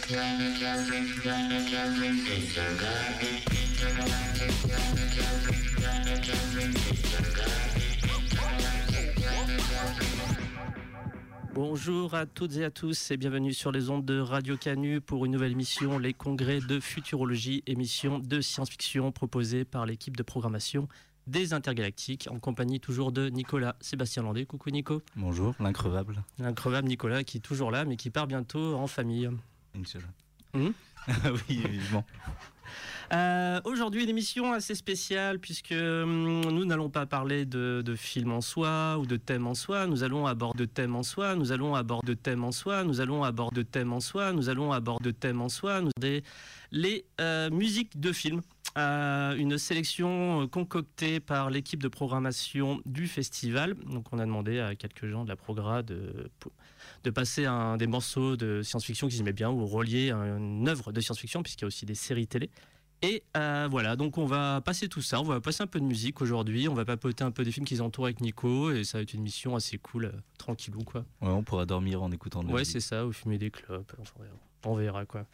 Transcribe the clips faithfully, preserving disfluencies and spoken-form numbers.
Bonjour à toutes et à tous et bienvenue sur les ondes de Radio Canu pour une nouvelle émission, les congrès de futurologie, émission de science-fiction proposée par l'équipe de programmation des Intergalactiques en compagnie toujours de Nicolas Sébastien Landé. Coucou Nico. Bonjour, l'increvable. L'increvable Nicolas qui est toujours là mais qui part bientôt en famille. Inch'Allah. Mmh. Oui, évidemment. Euh, aujourd'hui, une émission assez spéciale puisque hum, nous n'allons pas parler de, de films en soi ou de thèmes en soi. Nous allons aborder de thèmes en soi. Nous allons aborder de thèmes en soi. Nous allons aborder de thèmes en soi. Nous allons aborder de thèmes en soi. Nous allons les euh, musiques de films. Euh, une sélection concoctée par l'équipe de programmation du festival. Donc, on a demandé à quelques gens de la progra de, de passer un, des morceaux de science-fiction qu'ils aimaient bien ou relier à une œuvre de science-fiction, puisqu'il y a aussi des séries télé. Et euh, voilà, donc on va passer tout ça, on va passer un peu de musique aujourd'hui, on va papoter un peu des films qui entourent avec Nico, et ça va être une mission assez cool, euh, tranquillou quoi. Ouais, on pourra dormir en écoutant de la Ouais, musique. c'est ça, ou fumer des clopes, enfin, on verra quoi.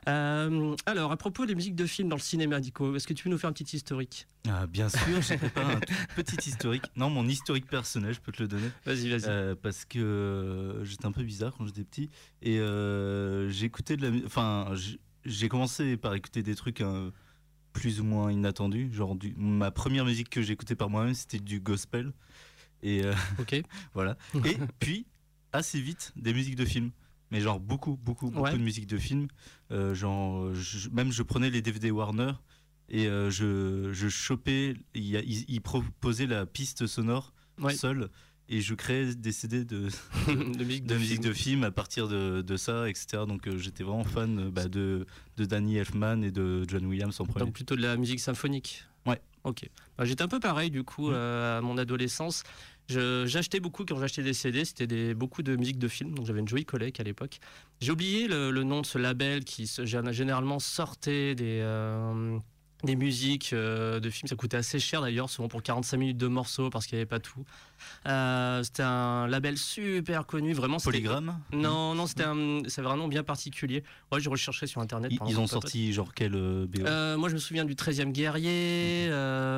Euh, alors, à propos des musiques de films dans le cinéma, Nico, est-ce que tu veux nous faire un petit historique ? Ah, bien sûr, j'ai préparé un tout petit historique. Non, mon historique personnel, je peux te le donner. Vas-y, vas-y. Euh, parce que euh, j'étais un peu bizarre quand j'étais petit, et euh, j'écoutais de la musique, enfin, j'ai commencé par écouter des trucs hein, plus ou moins inattendus. Genre, du... ma première musique que j'écoutais par moi-même, c'était du gospel. Et euh, ok. Voilà. Et puis, assez vite, des musiques de films. Mais genre beaucoup, beaucoup, beaucoup ouais. de musiques de films. Euh, genre, je, même je prenais les D V D Warner et euh, je, je chopais, ils il, il proposaient la piste sonore ouais. seule. Et je créais des C D de, de musique de, de, musique de film à partir de, de ça, et cetera. Donc euh, j'étais vraiment fan bah, de, de Danny Elfman et de John Williams en premier. Donc plutôt de la musique symphonique. Ouais. Ok. Bah, j'étais un peu pareil du coup mmh. euh, à mon adolescence. Je, j'achetais beaucoup quand j'achetais des C D, c'était des, beaucoup de musique de film. Donc j'avais une jolie collègue à l'époque. J'ai oublié le, le nom de ce label qui généralement sortait des... Euh, des musiques euh, de films, ça coûtait assez cher d'ailleurs, souvent pour quarante-cinq minutes de morceaux parce qu'il n'y avait pas tout. Euh, c'était un label super connu, vraiment. Polygram ? Non, non, c'était un, c'est vraiment bien particulier. Ouais, j'ai recherché sur internet. Ils, ils ont sorti genre quel euh, B O euh, Moi, je me souviens du treizième guerrier.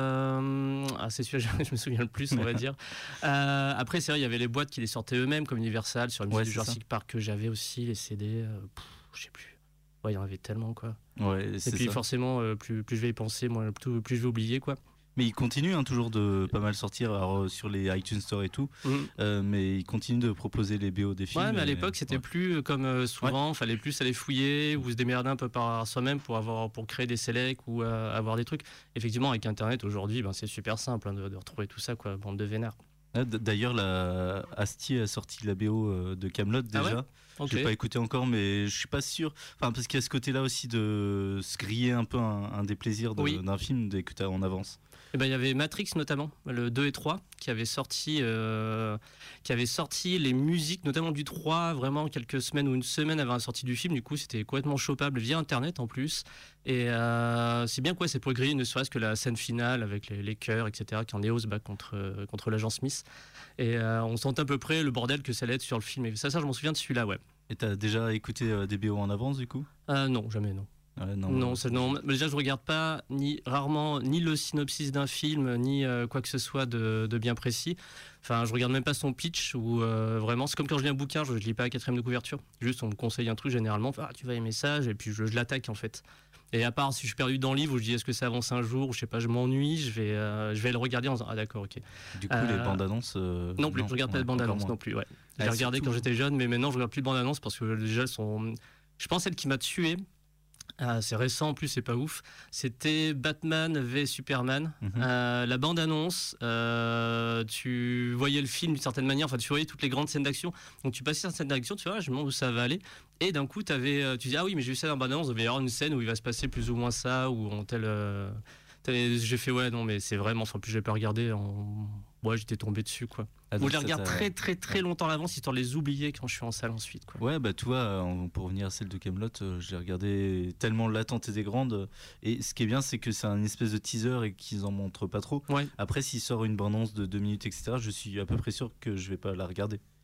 Euh, ah, c'est celui-là, je me souviens le plus, on va dire. Euh, après, c'est vrai, il y avait les boîtes qui les sortaient eux-mêmes, comme Universal, sur la musique ouais, du Jurassic Park que j'avais aussi, les C D. Euh, pff, je sais plus. Ouais, il y en avait tellement, quoi. Ouais, et puis, ça. forcément, euh, plus, plus je vais y penser, moi, plus, plus je vais oublier, quoi. Mais il continue hein, toujours de pas mal sortir alors, sur les iTunes Store et tout, mmh. euh, mais il continue de proposer les B O des films. Ouais, mais à et... l'époque, c'était ouais. plus comme euh, souvent, il ouais. fallait plus aller fouiller ou se démerder un peu par soi-même pour, avoir, pour créer des sélects ou euh, avoir des trucs. Effectivement, avec Internet, aujourd'hui, ben, c'est super simple hein, de, de retrouver tout ça, quoi, bande de vénards. D'ailleurs, la Astier a sorti la B O de Kaamelott déjà. Ah ouais okay. J'ai pas écouté encore, mais je suis pas sûr. Enfin, parce qu'il y a ce côté-là aussi de se griller un peu un, un des plaisirs de, oui. d'un film d'écouter en avance. Et ben, il y avait Matrix notamment, le deux et trois, qui avait sorti, euh, qui avait sorti les musiques, notamment du trois, vraiment quelques semaines ou une semaine avant la sortie du film. Du coup, c'était complètement chopable via Internet en plus. Et euh, c'est bien quoi, c'est pour griller ne serait-ce que la scène finale avec les, les chœurs, et cetera, quand Neo se bat contre, contre l'agent Smith. Et euh, on sent à peu près le bordel que ça allait être sur le film. Et ça, ça je m'en souviens de celui-là, ouais. Et t'as déjà écouté euh, des B O en avance, du coup ? euh, Non, jamais, non. Ouais, non, non, ça, non. Déjà, je regarde pas ni rarement ni le synopsis d'un film, ni euh, quoi que ce soit de, de bien précis. Enfin, je regarde même pas son pitch ou euh, vraiment. C'est comme quand je lis un bouquin, je, je lis pas la quatrième de couverture. Juste, on me conseille un truc généralement. Ah, tu vas aimer ça, et puis je, je l'attaque en fait. Et à part si je suis perdu dans le livre où je dis est-ce que ça avance un jour ou je sais pas, je m'ennuie, je vais, euh, je vais le regarder en disant ah d'accord, ok. Du coup, euh, les bandes annonces. Euh, non plus, non, je regarde pas de bandes annonces non plus. Ouais. J'ai ah, regardé quand j'étais jeune, mais maintenant je regarde plus de bandes annonces parce que déjà elles sont. Je pense celle qui m'a tué. Ah, c'est récent en plus, c'est pas ouf. C'était Batman v Superman. Mm-hmm. Euh, la bande-annonce, euh, tu voyais le film d'une certaine manière, enfin tu voyais toutes les grandes scènes d'action. Donc tu passais certaines scènes d'action, tu vois, je me demande où ça va aller. Et d'un coup, t'avais, tu dis ah oui, mais j'ai vu ça dans la bande-annonce, il va y avoir une scène où il va se passer plus ou moins ça, ou on tel. Euh, j'ai fait ouais, non, mais c'est vraiment, enfin, plus j'ai pas regardé. En... Ouais, j'étais tombé dessus, quoi. Ah, donc je les regarde très très très ouais. longtemps à l'avance histoire de les oublier quand je suis en salle ensuite, quoi. Ouais, bah tu vois, pour revenir à celle de Kaamelott, euh, j'ai regardé tellement l'attente était grande. Et ce qui est bien, c'est que c'est un espèce de teaser et qu'ils en montrent pas trop. Ouais. Après, s'il sort une bande-annonce de deux minutes, et cetera, je suis à peu près sûr que je vais pas la regarder.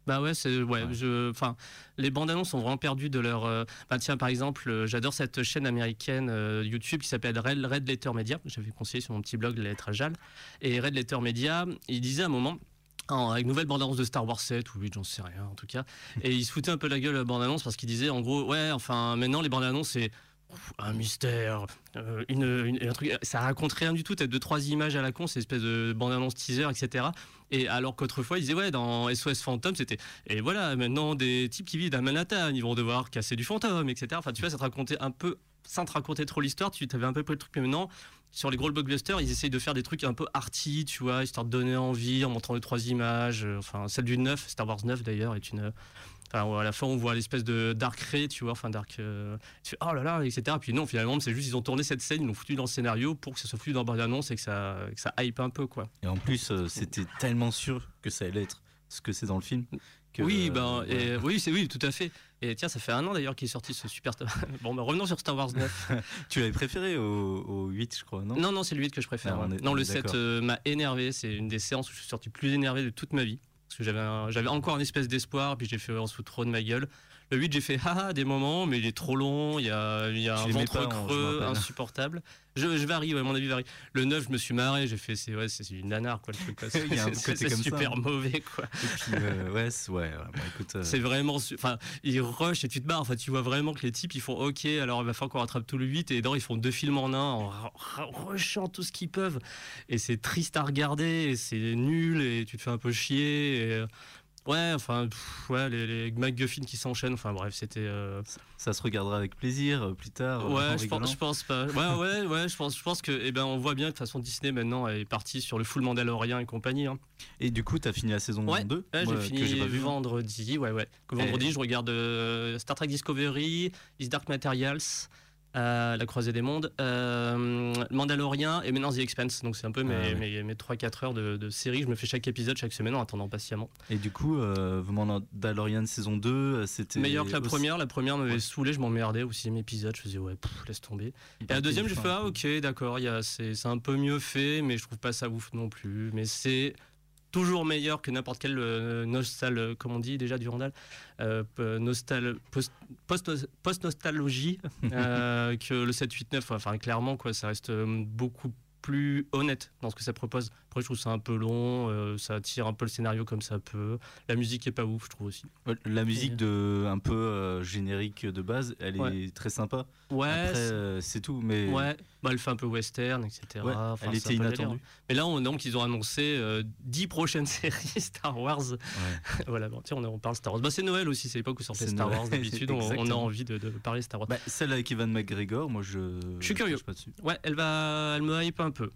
Bah ouais, c'est ouais, Ouais. je enfin les bandes annonces sont vraiment perdues de leur euh, bah tiens par exemple, euh, j'adore cette chaîne américaine euh, YouTube qui s'appelle Red, Red Letter Media, j'avais conseillé sur mon petit blog La Lettre à Jal et Red Letter Media, il disait à un moment en- avec nouvelle bande-annonce de Star Wars sept ou huit, j'en sais rien en tout cas. Et il se foutait un peu la gueule à la bande-annonce parce qu'il disait en gros, ouais, enfin maintenant les bandes-annonces c'est pff, un mystère, euh, une, une- un truc, ça raconte rien du tout, t'as deux trois images à la con, c'est une espèce de bande-annonce teaser, et cetera. Et alors qu'autrefois, il disait ouais, dans S O S Phantom, c'était et voilà, maintenant des types qui vivent à Manhattan, ils vont devoir casser du fantôme, et cetera. Enfin, tu vois, ça te racontait un peu, sans te raconter trop l'histoire, tu avais un peu pris le truc, mais maintenant, sur les gros blockbusters, ils essayent de faire des trucs un peu arty, tu vois, histoire de donner envie en montrant deux trois images. euh, Enfin, celle du neuf, Star Wars neuf d'ailleurs, est une. Enfin, à la fin, on voit l'espèce de Dark Ray, tu vois, enfin Dark. Euh, tu fais oh là là, et cetera. Puis non, finalement, c'est juste ils ont tourné cette scène, ils l'ont foutu dans le scénario pour que ça soit foutu dans la bande-annonce et que ça, que ça hype un peu, quoi. Et en plus, euh, c'était tellement sûr que ça allait être ce que c'est dans le film. Que, Oui, euh, ben, ouais. et, oui, c'est oui, tout à fait. Et tiens, ça fait un an d'ailleurs qu'il est sorti ce super. Bon, bah, revenons sur Star Wars neuf. Tu l'avais préféré au, au huit, je crois, non? Non, non, c'est le huit que je préfère. Ah, on Ouais. est- Non, on le est sept d'accord. euh, m'a énervé. C'est une des séances où je suis sorti plus énervé de toute ma vie. Parce que j'avais, un- j'avais encore une espèce d'espoir, puis j'ai fait en sous trop de ma gueule. Le huit, j'ai fait haha des moments, mais il est trop long, il y a, il y a Tu un l'aimais ventre pas, hein, je me creux, rappelle. insupportable. Je, je varie, ouais, mon avis varie. Le neuf, je me suis marré, j'ai fait, c'est, ouais, c'est une nanar, quoi, le truc. Quoi. Il y a un C'est- côté c'est comme ça, super hein. mauvais, quoi. Et puis, euh, ouais, c'est- ouais, ouais, bon, écoute, euh, C'est vraiment. su- Enfin, ils rush et tu te barres. Enfin, tu vois vraiment que les types, ils font OK, alors il va falloir qu'on rattrape tout le huit. Et d'abord, ils font deux films en un en ra- ra- rushant tout ce qu'ils peuvent. Et c'est triste à regarder, et c'est nul, et tu te fais un peu chier. Et, euh, ouais, enfin, pff, ouais, les, les MacGuffin qui s'enchaînent. Enfin, bref, c'était. euh, ça, ça se regardera avec plaisir euh, plus tard, euh, en Ouais, je rigolant. pense, je pense pas. Ouais, ouais, ouais, je pense, je pense que, eh ben, on voit bien que de toute façon Disney maintenant est parti sur le full Mandalorian et compagnie. Hein. Et du coup, t'as fini la saison Ouais, deux, ouais, moi, j'ai que fini j'ai pas vu, hein. vendredi. Ouais, ouais. Que vendredi, Et- je regarde euh, Star Trek Discovery, Is Dark Materials, euh, La Croisée des Mondes, euh, Mandalorian et maintenant The Expanse. Donc c'est un peu mes, Ah ouais. mes, mes trois quatre heures de, de série. Je me fais chaque épisode chaque semaine en attendant patiemment. Et du coup, euh, The Mandalorian saison deux, euh, c'était. Meilleur que la aussi- première. La première m'avait Ouais. saoulé, je m'emmerdais au sixième épisode. Je faisais ouais, pff, laisse tomber. Et la Bah, deuxième, j'ai enfin, fait ah ok, d'accord, il y a- c'est c'est un peu mieux fait, mais je trouve pas ça ouf non plus. Mais c'est toujours meilleur que n'importe quel euh, nostal, euh, comme on dit déjà du Randall, euh, p- nostal, post, post, post-nostalgie euh, que le sept huit neuf. Enfin, clairement, quoi, ça reste euh, beaucoup plus honnête dans ce que ça propose. Après, je trouve ça un peu long, euh, ça tire un peu le scénario comme ça peut. La musique est pas ouf, je trouve aussi. ouais, la musique de un peu euh, générique de base, elle Ouais. est très sympa. Ouais, Après, c'est- euh, c'est tout, mais ouais, bah, elle fait un peu western, et cetera. ouais, Enfin, elle c'est était un peu délire. inattendue. Mais là, on, donc, ils ont annoncé euh, dix prochaines séries Star Wars. Ouais. Voilà, bon, tiens, on, on parle Star Wars. Bah, c'est Noël aussi, c'est l'époque où sortait C'est Star Noël, Wars. D'habitude, on, on a exactement. envie de, de parler Star Wars. Bah, celle avec Evan McGregor, moi je. Je suis curieux. je pas dessus. Ouais, elle va, elle me hype un peu.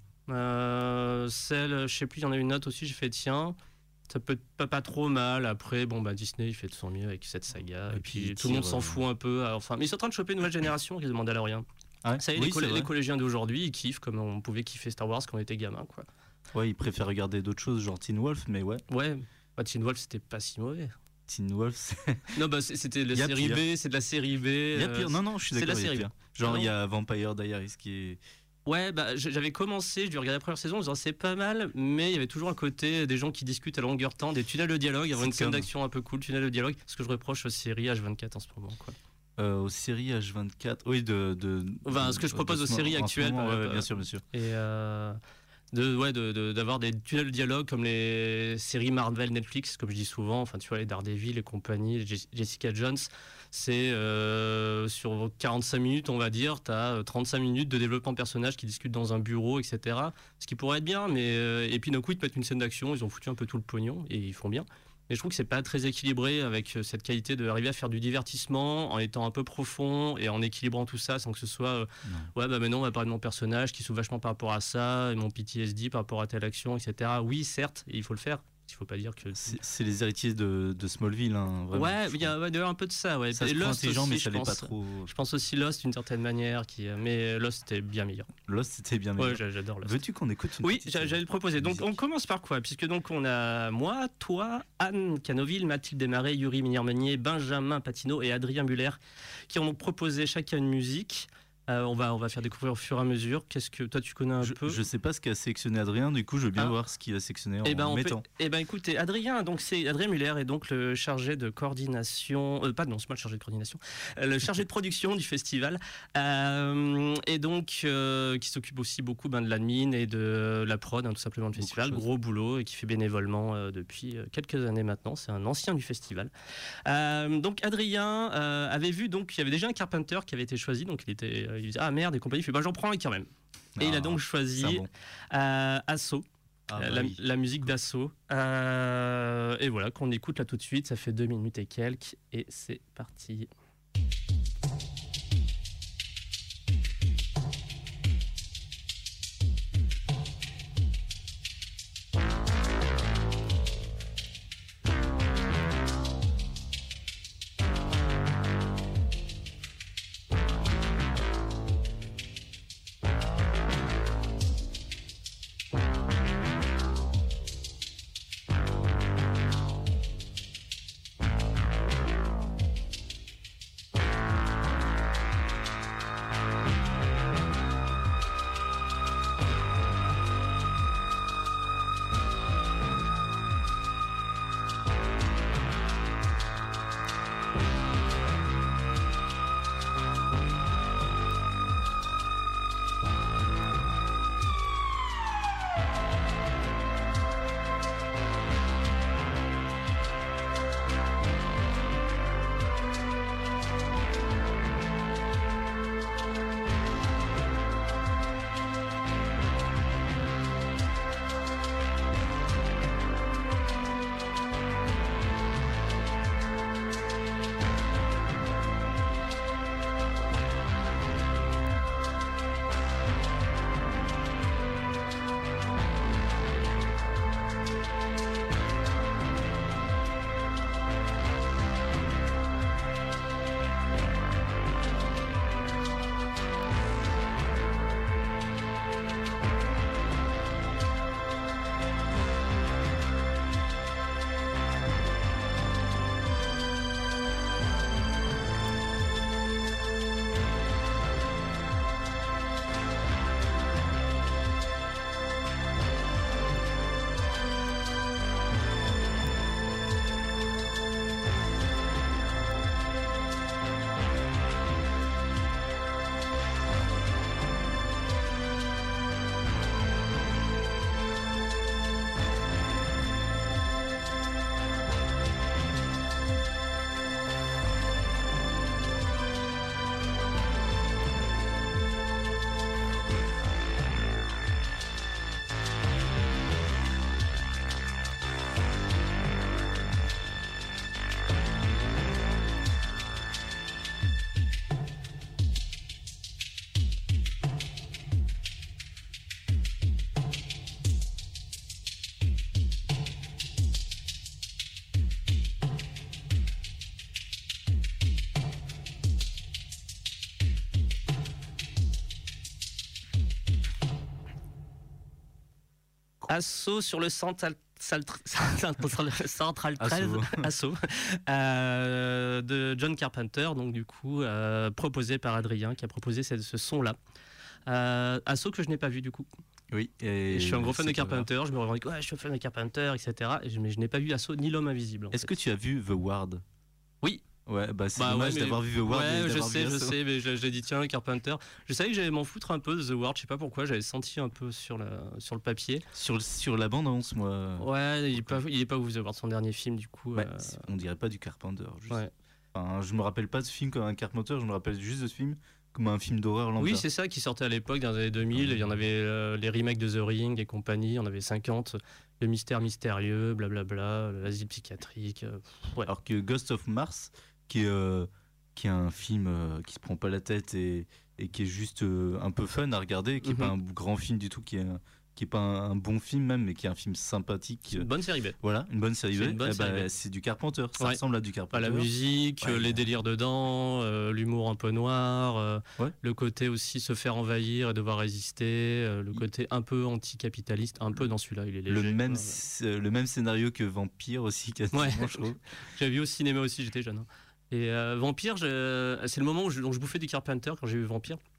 Euh, celle, je sais plus, il y en a une autre aussi, j'ai fait tiens. Ça peut être pas, pas trop mal. Après, bon, bah, Disney, il fait de son mieux avec cette saga. Et Et, puis, puis, il tout le monde tire, s'en euh, fout un peu. Alors, enfin, mais ils sont en train de choper une nouvelle génération qui se Mandalorian. Ah ouais Ça y est, oui, les, collé- c'est vrai. les collégiens d'aujourd'hui, ils kiffent comme on pouvait kiffer Star Wars quand on était gamin, quoi. Ouais, il préfère regarder d'autres choses, genre Teen Wolf, mais ouais, Ouais, bah, Teen Wolf, c'était pas si mauvais. Teen Wolf, c'est. Non, bah, c'est- c'était de Y la a série pire. B, c'est de la série B. Il y a euh, pire, non, non, je suis c'est d'accord, la il y a série. pire. Genre, Ah il y a Vampire Diaries qui est. Ouais, bah, j- j'avais commencé, je lui regardais la première saison, en disant c'est pas mal, mais il y avait toujours un côté des gens qui discutent à longueur de temps, des tunnels de dialogue, avoir une scène Sitcom. d'action un peu cool, tunnel de dialogue, ce que je reproche aux séries H vingt-quatre en ce moment, quoi. Euh, aux séries H vingt-quatre, oui, de. de Enfin, de- ce que je de- propose de aux ce séries moment- en ce actuelles, moment, bah, ouais, bah, bien sûr, bien sûr. Et euh, de, ouais, de, de- d'avoir des tunnels de dialogue comme les séries Marvel, Netflix, comme je dis souvent, enfin, tu vois, les Daredevil et compagnie, les Jess- Jessica Jones, c'est euh, sur quarante-cinq minutes, on va dire, tu as trente-cinq minutes de développement de personnages qui discutent dans un bureau, et cetera. Ce qui pourrait être bien, mais. euh, et puis d'un coup, ils te mettent une scène d'action, ils ont foutu un peu tout le pognon, et ils font bien. Mais je trouve que c'est pas très équilibré avec euh, cette qualité d'arriver à faire du divertissement en étant un peu profond et en équilibrant tout ça sans que ce soit euh, Non. ouais bah maintenant on va parler de mon personnage qui souffre vachement par rapport à ça et mon P T S D par rapport à telle action, etc. Oui certes, il faut le faire, il faut pas dire que C'est c'est les héritiers de, de Smallville, hein, vraiment. ouais je il y a trouve. ouais, d'ailleurs un peu de ça, ouais. Ça Et se prend Lost intelligent, aussi, mais je ça l'est pas pense. trop. Je pense aussi Lost d'une certaine manière qui euh, mais Lost c'était bien meilleur. Lost, c'était bien Ouais, meilleur. j'a- j'adore Lost. Veux-tu qu'on écoute une Oui, petite, j'a- euh, j'allais le proposer. Donc, musique. on commence par quoi? Puisque donc on a moi, toi, Anne Canoville, Mathilde Desmarais, Yuri Miniermenier, Benjamin Patino et Adrien Muller qui ont donc proposé chacun une musique. Euh, on va on va faire découvrir au fur et à mesure. Qu'est-ce que toi tu connais un je, peu? je sais pas ce qu'a sélectionné Adrien, du coup je veux bien Ah. voir ce qu'il a sélectionné en Eh ben, on mettant. peut, eh ben écoutez, Adrien, donc c'est Adrien Muller est donc le chargé de coordination, euh, pardon, c'est pas le chargé de coordination, euh, le chargé de production du festival, euh, et donc euh, qui s'occupe aussi beaucoup ben, de l'admin et de la prod, hein, tout simplement du Beaucoup festival, de choses. gros boulot et qui fait bénévolement euh, depuis euh, quelques années maintenant. C'est un ancien du festival. Euh, donc Adrien euh, avait vu donc il y avait déjà un Carpenter qui avait été choisi, donc il était, euh, il disait ah merde et compagnie, il fait bah j'en prends un quand même. Et il a Ah, donc c'est choisi un bon. euh, Asso. Ah, Euh, bah la, oui. la musique d'Assaut. Euh, et voilà, qu'on écoute là tout de suite. Ça fait deux minutes et quelques. Et c'est parti. Assaut sur le Central, Central treize, Assaut, euh, de John Carpenter, donc du coup euh, proposé par Adrien, qui a proposé ce, ce son-là. Euh, Assaut que je n'ai pas vu du coup. Oui. Et, et je suis un gros fan de c'est Carpenter, je me revendique, ouais, je suis fan de Carpenter, et cetera. Et je, mais je n'ai pas vu Assaut ni L'Homme Invisible. Est-ce que tu as vu The Ward? Oui. Ouais, bah c'est Bah dommage ouais, mais- d'avoir vu The Ward. et Ouais, je d'avoir sais, vu je Assaut. sais, mais j'ai j'ai dit tiens, Carpenter. Je savais que j'allais m'en foutre un peu de The Ward, je sais pas pourquoi, j'avais senti un peu sur, la, sur le papier. Sur, le- sur la bande-annonce, moi. Ouais, il est pas, il est pas ouf The Ward, son dernier film du coup. Ouais, euh, c'est- on dirait pas du Carpenter. Juste. ouais. Enfin, je me rappelle pas de ce film comme un Carpenter, je me rappelle juste de ce film comme un film d'horreur lambda. Oui, c'est ça qui sortait à l'époque, dans les années deux mille. Il y en avait euh, les remakes de The Ring et compagnie, il y en avait cinquante. Le mystère mystérieux, blablabla, l'asile psychiatrique. euh, pff, ouais. Alors que Ghost of Mars, qui est, euh, qui est un film euh, qui se prend pas la tête et, et qui est juste euh, un peu fun à regarder, qui est Mhm. pas un grand film du tout, qui est, un- qui est pas un, un bon film même, mais qui est un film sympathique. C'est une euh, bonne série B. Voilà, une bonne série C'est B. une bonne Eh ben, série B. c'est du Carpenter, ça Ouais. ressemble à du Pas Carpenter. la musique, Ouais, euh, les ouais. délires dedans, euh, l'humour un peu noir, euh, Ouais. le côté aussi se faire envahir et devoir résister, euh, le Il- côté un peu anticapitaliste, un peu dans celui-là, il est léger. Le même, quoi. sc- le même scénario que Vampire aussi, quasiment, Ouais. je trouve. J'avais vu au cinéma aussi, j'étais jeune. hein. Et euh, Vampire, je- c'est le moment où je, dont je bouffais du Carpenter quand j'ai vu Vampire.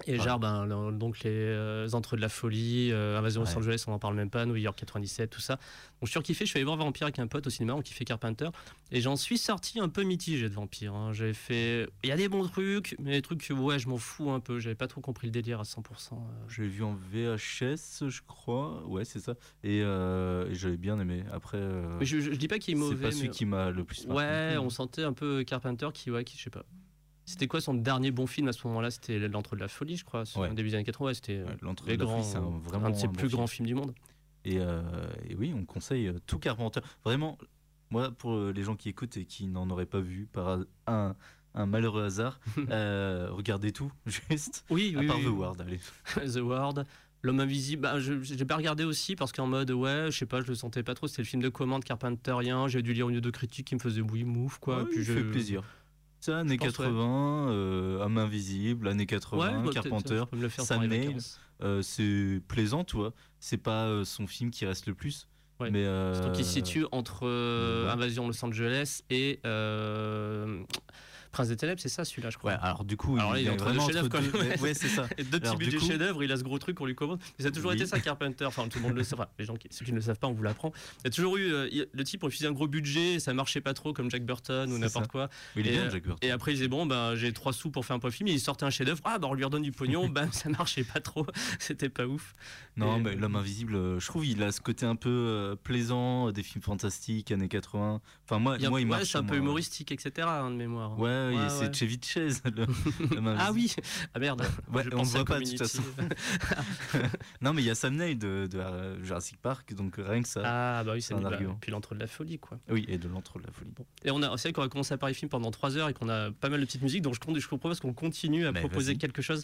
Et genre, ben, le- donc les euh, Entres de la folie, euh, Invasion Ouais. Los Angeles, on en parle même pas, New York quatre-vingt-dix-sept, tout ça. Donc je suis surkiffé, je suis allé voir Vampire avec un pote au cinéma, on kiffait Carpenter, et j'en suis sorti un peu mitigé de Vampire. hein. J'ai fait, il y a des bons trucs, mais des trucs que ouais, je m'en fous un peu. J'avais pas trop compris le délire à cent pour cent. euh. Je l'ai vu en V H S, je crois. Ouais, c'est ça. Et, euh, et j'avais bien aimé. Après, euh, Mais je, je, je dis pas qu'il est c'est mauvais. pas celui mais- qui m'a le plus marqué. Ouais, on sentait un peu Carpenter qui, ouais, qui, je sais pas. C'était quoi son dernier bon film à ce moment-là? C'était L'Entre de la folie, je crois. Ouais. Au début des années quatre-vingts, ouais, c'était euh, Ouais, L'Entre les de la grands, folie, c'est un, vraiment un de ses un bon plus film. grands films du monde. Et, euh, et oui, on conseille euh, tout Carpenter. Vraiment, moi, pour euh, les gens qui écoutent et qui n'en auraient pas vu par un, un malheureux hasard, euh, regardez tout, juste. Oui, À oui, part oui. The Ward, allez. The Ward. L'homme invisible, bah, je j'ai pas regardé aussi parce qu'en mode ouais, je sais pas, je le sentais pas trop. C'était le film de commande carpenterien. J'ai dû lire une ou deux critiques qui me faisaient bouillir mouf quoi. Ouais, puis il je... fait plaisir. Ça, années pense, ouais. quatre-vingts, euh, Homme invisible, années Ouais, quatre-vingts, bah, peut-être, Carpenter. je peux me le faire Sam pendant les Neill. vacances. Euh, c'est plaisant, tu vois. C'est pas euh, son film qui reste le plus. Ouais. Mais euh, Donc il se situe entre euh, ouais. Invasion Los Angeles et euh, Prince des Ténèbres, c'est ça celui-là, je crois. Ouais, alors du coup, Alors là, il est est entre vraiment deux chefs-d'œuvre, entre quand deux. même. Ouais, c'est ça. Et deux petits Alors, du budgets coup- chef-d'œuvre, il a ce gros truc qu'on lui commande. Mais ça a toujours Oui. été ça, Carpenter. Enfin, tout le monde le sait. Enfin, les gens qui, ceux qui ne le savent pas, on vous l'apprend. Il y a toujours eu euh, il- le type, on lui faisait un gros budget, ça marchait pas trop comme Jack Burton ou C'est n'importe ça. quoi. Mais il est Et, bien, euh, Jack Burton. Et après, il disait bon, ben j'ai trois sous pour faire un point film. Il sortait un chef-d'œuvre. Ah, bah on lui redonne du pognon. Bam, ça marchait pas trop. C'était pas ouf. Non, et- mais L'Homme invisible, euh, je trouve il a ce côté un peu euh, plaisant, euh, des films fantastiques, années quatre-vingts. Enfin, moi, Il y a- moi il ouais, marche. c'est un sur peu moi. humoristique, et cetera. hein, de mémoire. Ouais, et Ouais, c'est ouais. Chevy Chase. le- L'Homme Ah invisible. oui. Ah merde. Ouais, Je on le pensais à voit pas, de toute Community. façon. Non, mais il y a Sam Neill de, de euh, Jurassic Park, donc rien que ça. Ah bah oui, C'est c'est un bah, argument. puis l'entre de la folie quoi. Oui, et de l'Entre de la folie. Et on a, c'est vrai qu'on a commencé à parler film pendant trois heures et qu'on a pas mal de petites musiques, donc je, compte, je vous propose qu'on continue à Mais proposer vas-y. quelque chose.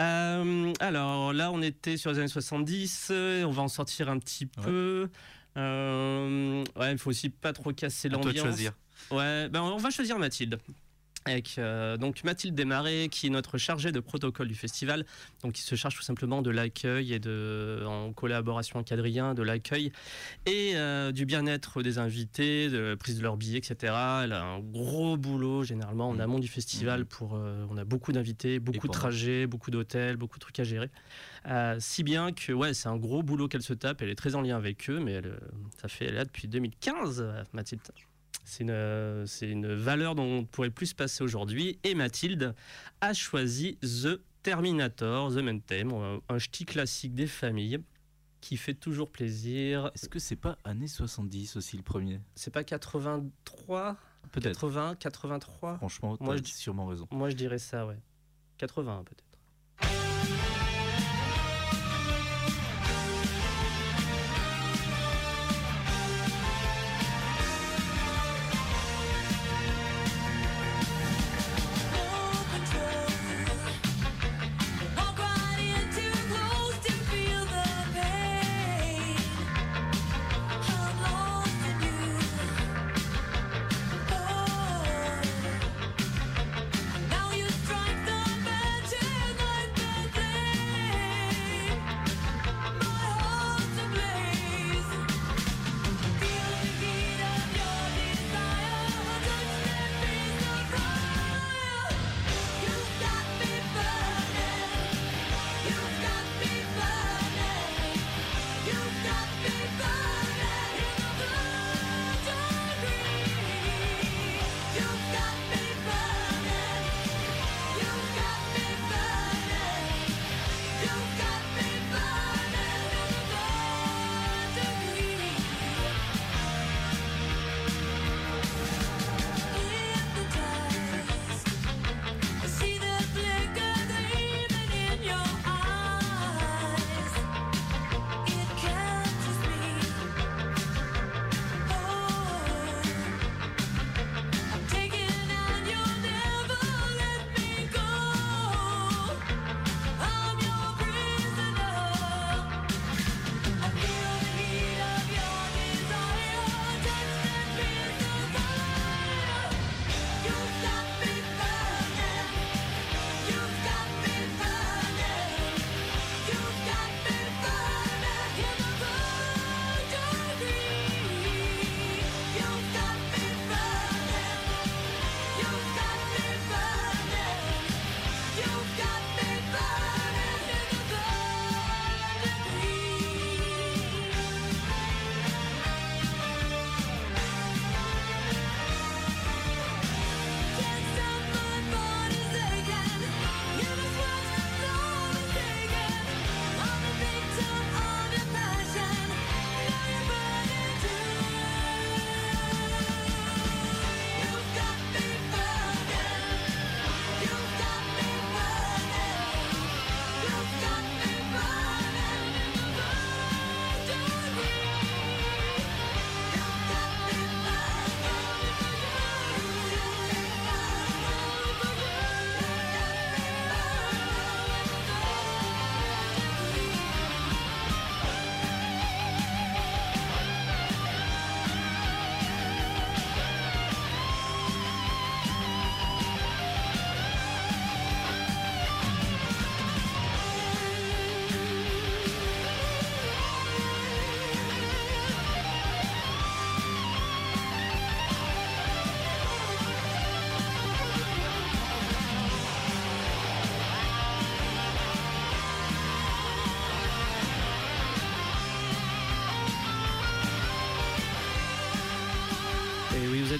Euh, alors là, on était sur les années soixante-dix, euh, on va en sortir un petit Ouais. peu. Euh, ouais, il faut aussi pas trop casser À toi de l'ambiance. choisir. Ouais, ben on va choisir Mathilde. Avec euh, donc Mathilde Desmarais, qui est notre chargée de protocole du festival, donc qui se charge tout simplement de l'accueil et de, en collaboration avec Adrien, de l'accueil et euh, du bien-être des invités, de la prise de leurs billets, et cetera. Elle a un gros boulot généralement en Mmh. amont du festival. Mmh. Pour, euh, on a beaucoup d'invités, beaucoup de pendant. trajets, beaucoup d'hôtels, beaucoup de trucs à gérer. Euh, si bien que ouais, c'est un gros boulot qu'elle se tape. Elle est très en lien avec eux, mais elle, euh, ça fait elle est là depuis deux mille quinze, euh, Mathilde. C'est une, euh, c'est une valeur dont on ne pourrait plus se passer aujourd'hui. Et Mathilde a choisi The Terminator, The Main Theme, un, un ch'ti classique des familles qui fait toujours plaisir. Est-ce que c'est pas années soixante-dix aussi le premier? C'est pas quatre-vingt-trois Peut-être. quatre-vingts, quatre-vingt-trois Franchement, Moi, t'as je dis- sûrement raison. Moi, je dirais ça, ouais. quatre-vingts peut-être. Walk right in too close to feel the pain. I'm lost in you. Oh, now you strike the match.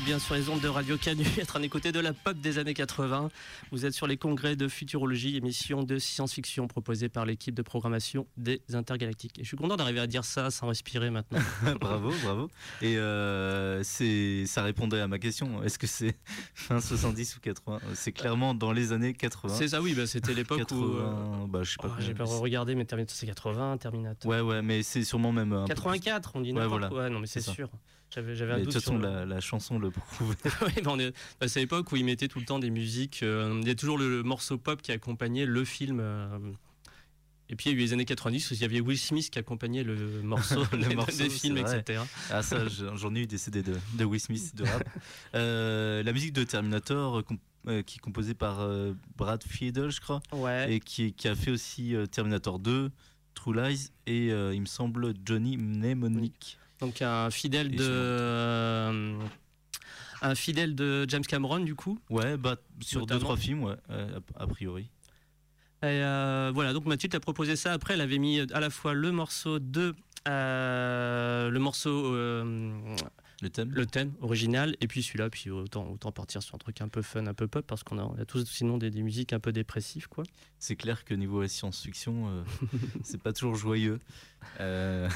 bien sur les ondes de Radio Canu, être à écouter de la pop des années quatre-vingts. Vous êtes sur les congrès de futurologie, émission de science-fiction proposée par l'équipe de programmation des Intergalactiques. Et je suis content d'arriver à dire ça sans respirer maintenant. Bravo, bravo. Et euh, c'est, ça répondait à ma question. Est-ce que c'est fin soixante-dix ou quatre-vingts? C'est clairement dans les années quatre-vingts. C'est ça, oui, bah, c'était l'époque quatre-vingts, où... euh, bah, je sais pas. oh, j'ai pas combien, regardé, mais Terminator, c'est quatre-vingts, Terminator. Ouais, ouais, mais c'est sûrement même. un peu quatre-vingt-quatre, on dit Ouais, n'importe voilà. quoi. Ouais, non, mais c'est C'est ça. sûr. J'avais, j'avais un Mais de doute toute façon, sur... la, la chanson le prouvait. Oui, bah on est... bah, c'est l'époque où ils mettaient tout le temps des musiques. euh, Il y a toujours le, le morceau pop qui accompagnait le film. euh, Et puis il y a eu les années quatre-vingt-dix où il y avait Will Smith qui accompagnait le morceau, Le des, morceau, des films, c'est vrai. et cetera. Ah, ça, j'en j'en ai eu des C D de, de Will Smith de rap. Euh, la musique de Terminator, euh, comp- euh, qui est composée par euh, Brad Fiedel, je crois, Ouais. et qui, qui a fait aussi euh, Terminator deux, True Lies, et euh, il me semble Johnny Mnemonic. Donc un fidèle Et de. c'est- euh, Un fidèle de James Cameron, du coup. Ouais, bah, sur deux, Notamment. trois films, ouais, euh, a, a priori. Et euh, voilà, donc Mathilde a proposé ça. Après, elle avait mis à la fois le morceau de. euh, le morceau. euh, Le thème le thème original, et puis celui-là, puis autant, autant partir sur un truc un peu fun, un peu pop, parce qu'on a, on a tous sinon des, des musiques un peu dépressives, quoi. C'est clair que niveau la science-fiction, euh, c'est pas toujours joyeux. Euh,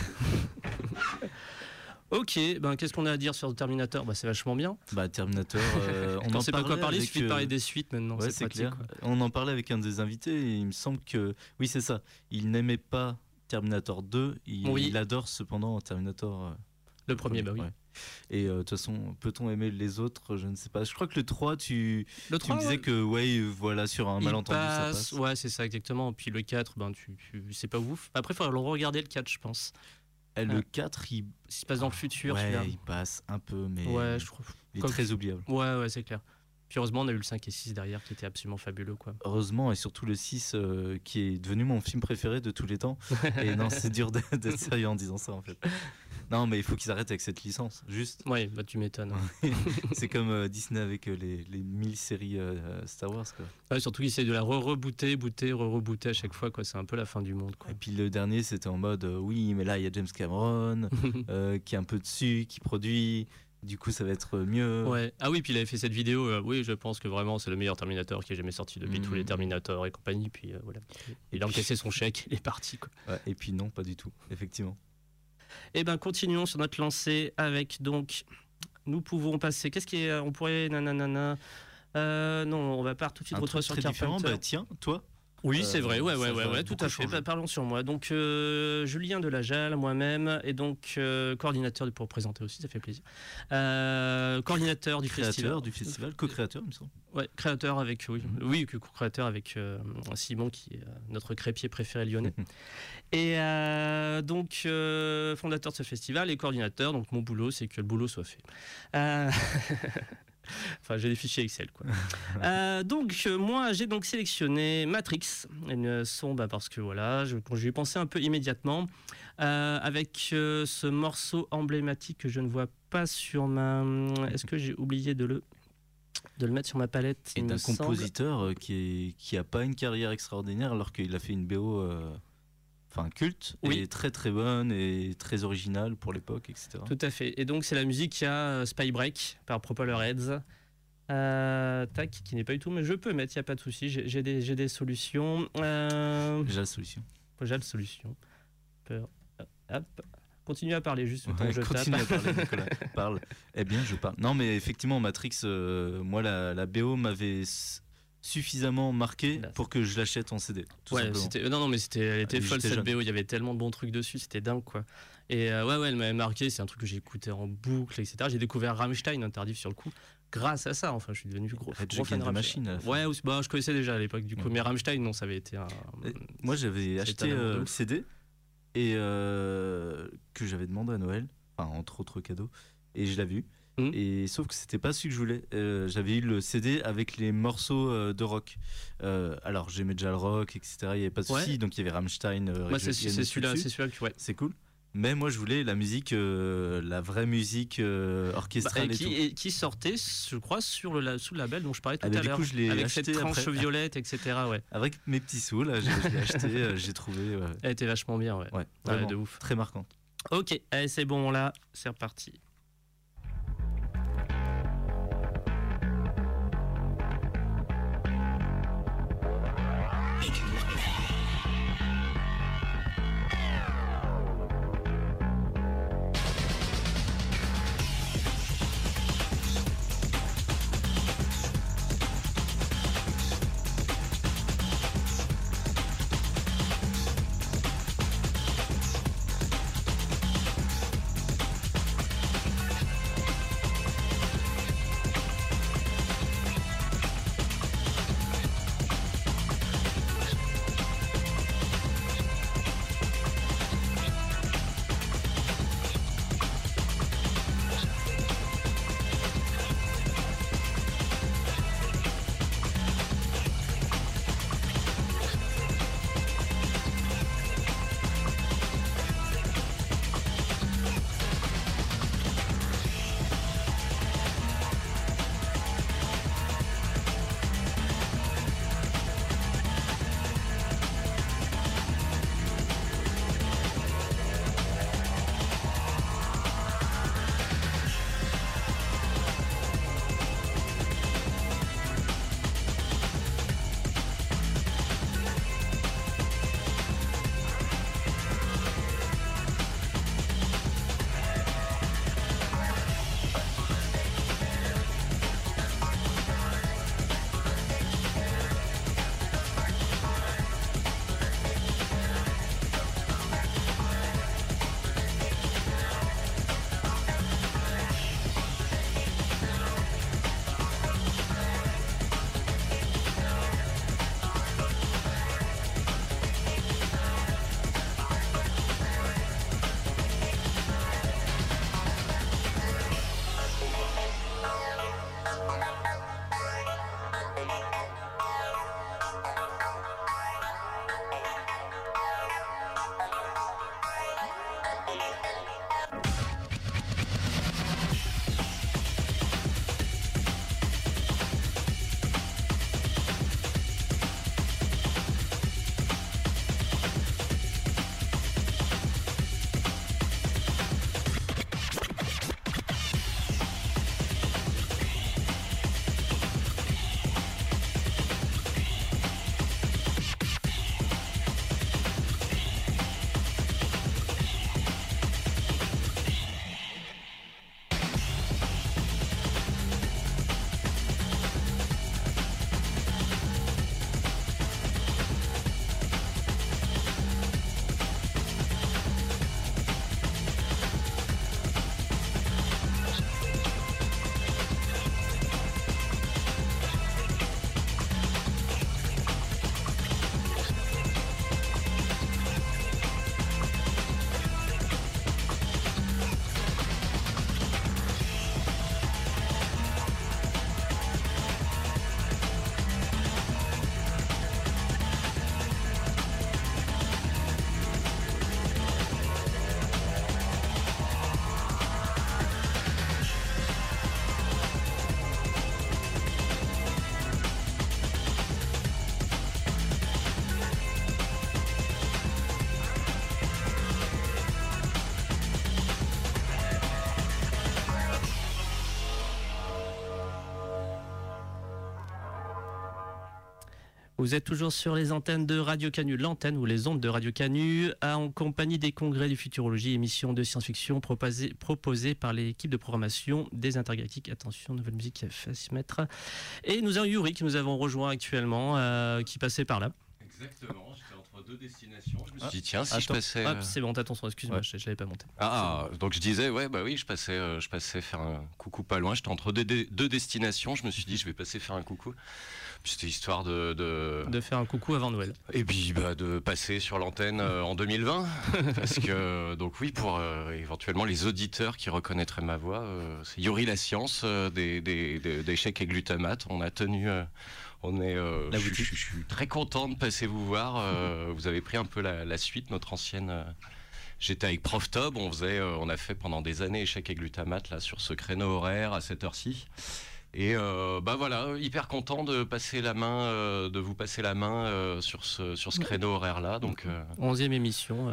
Ok, ben qu'est-ce qu'on a à dire sur Terminator? Bah, c'est vachement bien. bah, Terminator, euh, on Quand en c'est pas quoi parlait parler, il avec, suffit de parler euh, des suites maintenant. Ouais, c'est c'est pratique, clair. quoi. On en parlait avec un des invités et il me semble que. Oui, c'est ça. Il n'aimait pas Terminator deux. Il, Oui. il adore cependant Terminator. euh, Le premier, bah oui. ouais. Et euh, de toute façon, peut-on aimer les autres? Je ne sais pas. Je crois que le trois, tu, Le tu trois, me disais ouais, que, ouais, euh, voilà, sur un il malentendu, ça passe. passe. Ouais, c'est ça, exactement. Puis le quatre, ben, tu, tu- c'est pas ouf. Après, il faudra le regarder le quatre, je pense. Et le Ouais. quatre, il, Il se passe dans le futur, ouais, celui-là. il passe un peu, mais Ouais, je trouve. il est comme- très oubliable. Ouais, ouais, c'est clair. Puis heureusement, on a eu le cinq et six derrière qui était absolument fabuleux, quoi. Heureusement, et surtout le six, euh, qui est devenu mon film préféré de tous les temps. Et non, c'est dur d'être d'être sérieux en disant ça, en fait. Non, mais il faut qu'ils arrêtent avec cette licence, juste. Ouais, bah tu m'étonnes. C'est comme euh, Disney avec euh, les, les mille séries euh, Star Wars, quoi. Ouais, surtout qu'ils essaient de la re-rebooter, booter, re-rebooter à chaque fois, quoi. C'est un peu la fin du monde, quoi. Et puis le dernier, c'était en mode, euh, oui, mais là, il y a James Cameron, euh, qui est un peu dessus, qui produit. Du coup, ça va être mieux. Ouais. Ah oui, puis il avait fait cette vidéo. euh, oui, je pense que vraiment c'est le meilleur Terminator qui ait jamais sorti depuis Mhm. tous les Terminators et compagnie. Puis euh, voilà. Il a encaissé son chèque, il est parti, quoi. Ouais, et puis non, pas du tout, effectivement. Eh ben, continuons sur notre lancée avec donc. Nous pouvons passer. Qu'est-ce qui est. On pourrait. Nanana. Euh, non, on va pas tout de suite Un retrouver truc sur très différent, Carpenter. bah tiens, toi. Oui, Euh, c'est vrai, ouais, ça ouais, va ouais, ouais, tout beaucoup à fait. changer. Bah, parlons sur moi. Donc, euh, Julien Delajal, moi-même, et donc euh, coordinateur, pour présenter aussi, ça fait plaisir. Euh, coordinateur du festival. Créateur du festival, co-créateur, il me semble. Ouais, créateur avec, oui, Mhm. oui, co-créateur avec euh, Simon, qui est euh, notre crépier préféré lyonnais. Et euh, donc, euh, fondateur de ce festival et coordinateur. Donc, mon boulot, c'est que le boulot soit fait. Euh, Enfin, j'ai des fichiers Excel, quoi. Euh, donc, euh, moi, j'ai donc sélectionné Matrix, une son, bah, parce que voilà, je, quand j'y ai pensé un peu immédiatement, euh, avec euh, ce morceau emblématique que je ne vois pas sur ma. Est-ce que j'ai oublié de le de le mettre sur ma palette Et il me d'un semble. compositeur euh, qui, est, qui a pas une carrière extraordinaire alors qu'il a fait une B O euh, enfin culte, Oui. et très très bonne et très originale pour l'époque, et cetera. Tout à fait. Et donc, c'est la musique qui a euh, Spy Break par Propeller Heads. Euh, tac, qui n'est pas du tout, mais je peux mettre, il n'y a pas de souci. J'ai j'ai des, j'ai des solutions. Euh, Déjà la solution. j'ai la solution. Peur. Hop. Continue à parler juste le temps Ouais, que je continue tape. à parler, Nicolas. Parle. Eh bien, je parle. Non, mais effectivement, Matrix, euh, moi, la, la B O m'avait s- suffisamment marqué Là, pour que je l'achète en C D. Tout Ouais, simplement. c'était non non mais c'était elle était Et folle j'étais cette jeune. B O, il y avait tellement de bons trucs dessus, c'était dingue, quoi. Et euh, ouais ouais, elle m'avait marqué, c'est un truc que j'ai écouté en boucle, et cetera. J'ai découvert Rammstein interdit sur le coup grâce à ça. Enfin, je suis devenu gros, Rage gros fan de Against the Rammstein. Machine, à la fin. Ouais, aussi, bah, je connaissais déjà à l'époque du coup, Ouais. mais Rammstein non, ça avait été un. Et moi, j'avais c'est acheté un amour de euh, le ouf. C D et euh, que j'avais demandé à Noël, enfin, entre autres cadeaux, et je l'avais eu. Mhm. Et sauf que c'était pas celui que je voulais. Euh, j'avais eu le C D avec les morceaux euh, de rock. Euh, alors j'aimais déjà le rock, et cetera. Il y avait pas de souci. Ouais. Donc il y avait Rammstein. Euh, Moi Rage c'est Against c'est celui-là, dessus. c'est celui-là que ouais. C'est cool. Mais moi je voulais la musique, euh, la vraie musique euh, Bah, orchestrale et, et tout. qui, et qui sortait, je crois, sur le, la- sous le label dont je parlais tout Ah, bah, à du l'heure, coup, je l'ai avec acheté cette tranche après. violette, et cetera. Ouais, Avec mes petits sous là, j'ai- je l'ai acheté, euh, j'ai trouvé ouais, elle était vachement bien, ouais. ouais, Ouais, vraiment de ouf. très marquante. Ok, allez, c'est bon là, c'est reparti. Vous êtes toujours sur les antennes de Radio Canu, l'antenne ou les ondes de Radio Canu, en compagnie des congrès du Futurologie, émission de science-fiction proposée, proposée par l'équipe de programmation des Intergalactiques. Attention, nouvelle musique qui a fait s'y mettre. Et nous avons Yuri qui nous avons rejoint actuellement, euh, qui passait par là. Exactement, j'étais entre deux destinations. Je me suis Ah, dit, tiens, si attends. je passais. Hop, euh, c'est bon, t'as ton son, excuse-moi, Ouais. je, je l'avais pas monté. Ah, donc je disais, ouais, bah oui, je passais, euh, je passais faire un coucou pas loin. J'étais entre deux, deux- deux destinations. Je me suis dit, je vais passer faire un coucou. Puis c'était histoire de, de... De faire un coucou avant Noël. Et puis bah, de passer sur l'antenne euh, en deux mille vingt. Parce que, donc oui, pour euh, éventuellement les auditeurs qui reconnaîtraient ma voix, euh, c'est Yuri la science euh, des, des, des, des chèques et glutamate. On a tenu. euh, On est, euh, La je, boutique. je- je suis très content de passer vous voir. euh, vous avez pris un peu la, la suite, notre ancienne. euh, J'étais avec Prof Tob, on faisait, euh, on a fait pendant des années échec et glutamate là sur ce créneau horaire à cette heure-ci. Et euh, bah voilà, hyper content de passer la main, euh, de vous passer la main euh, sur ce sur ce créneau horaire là. Donc euh, Onzième émission. euh,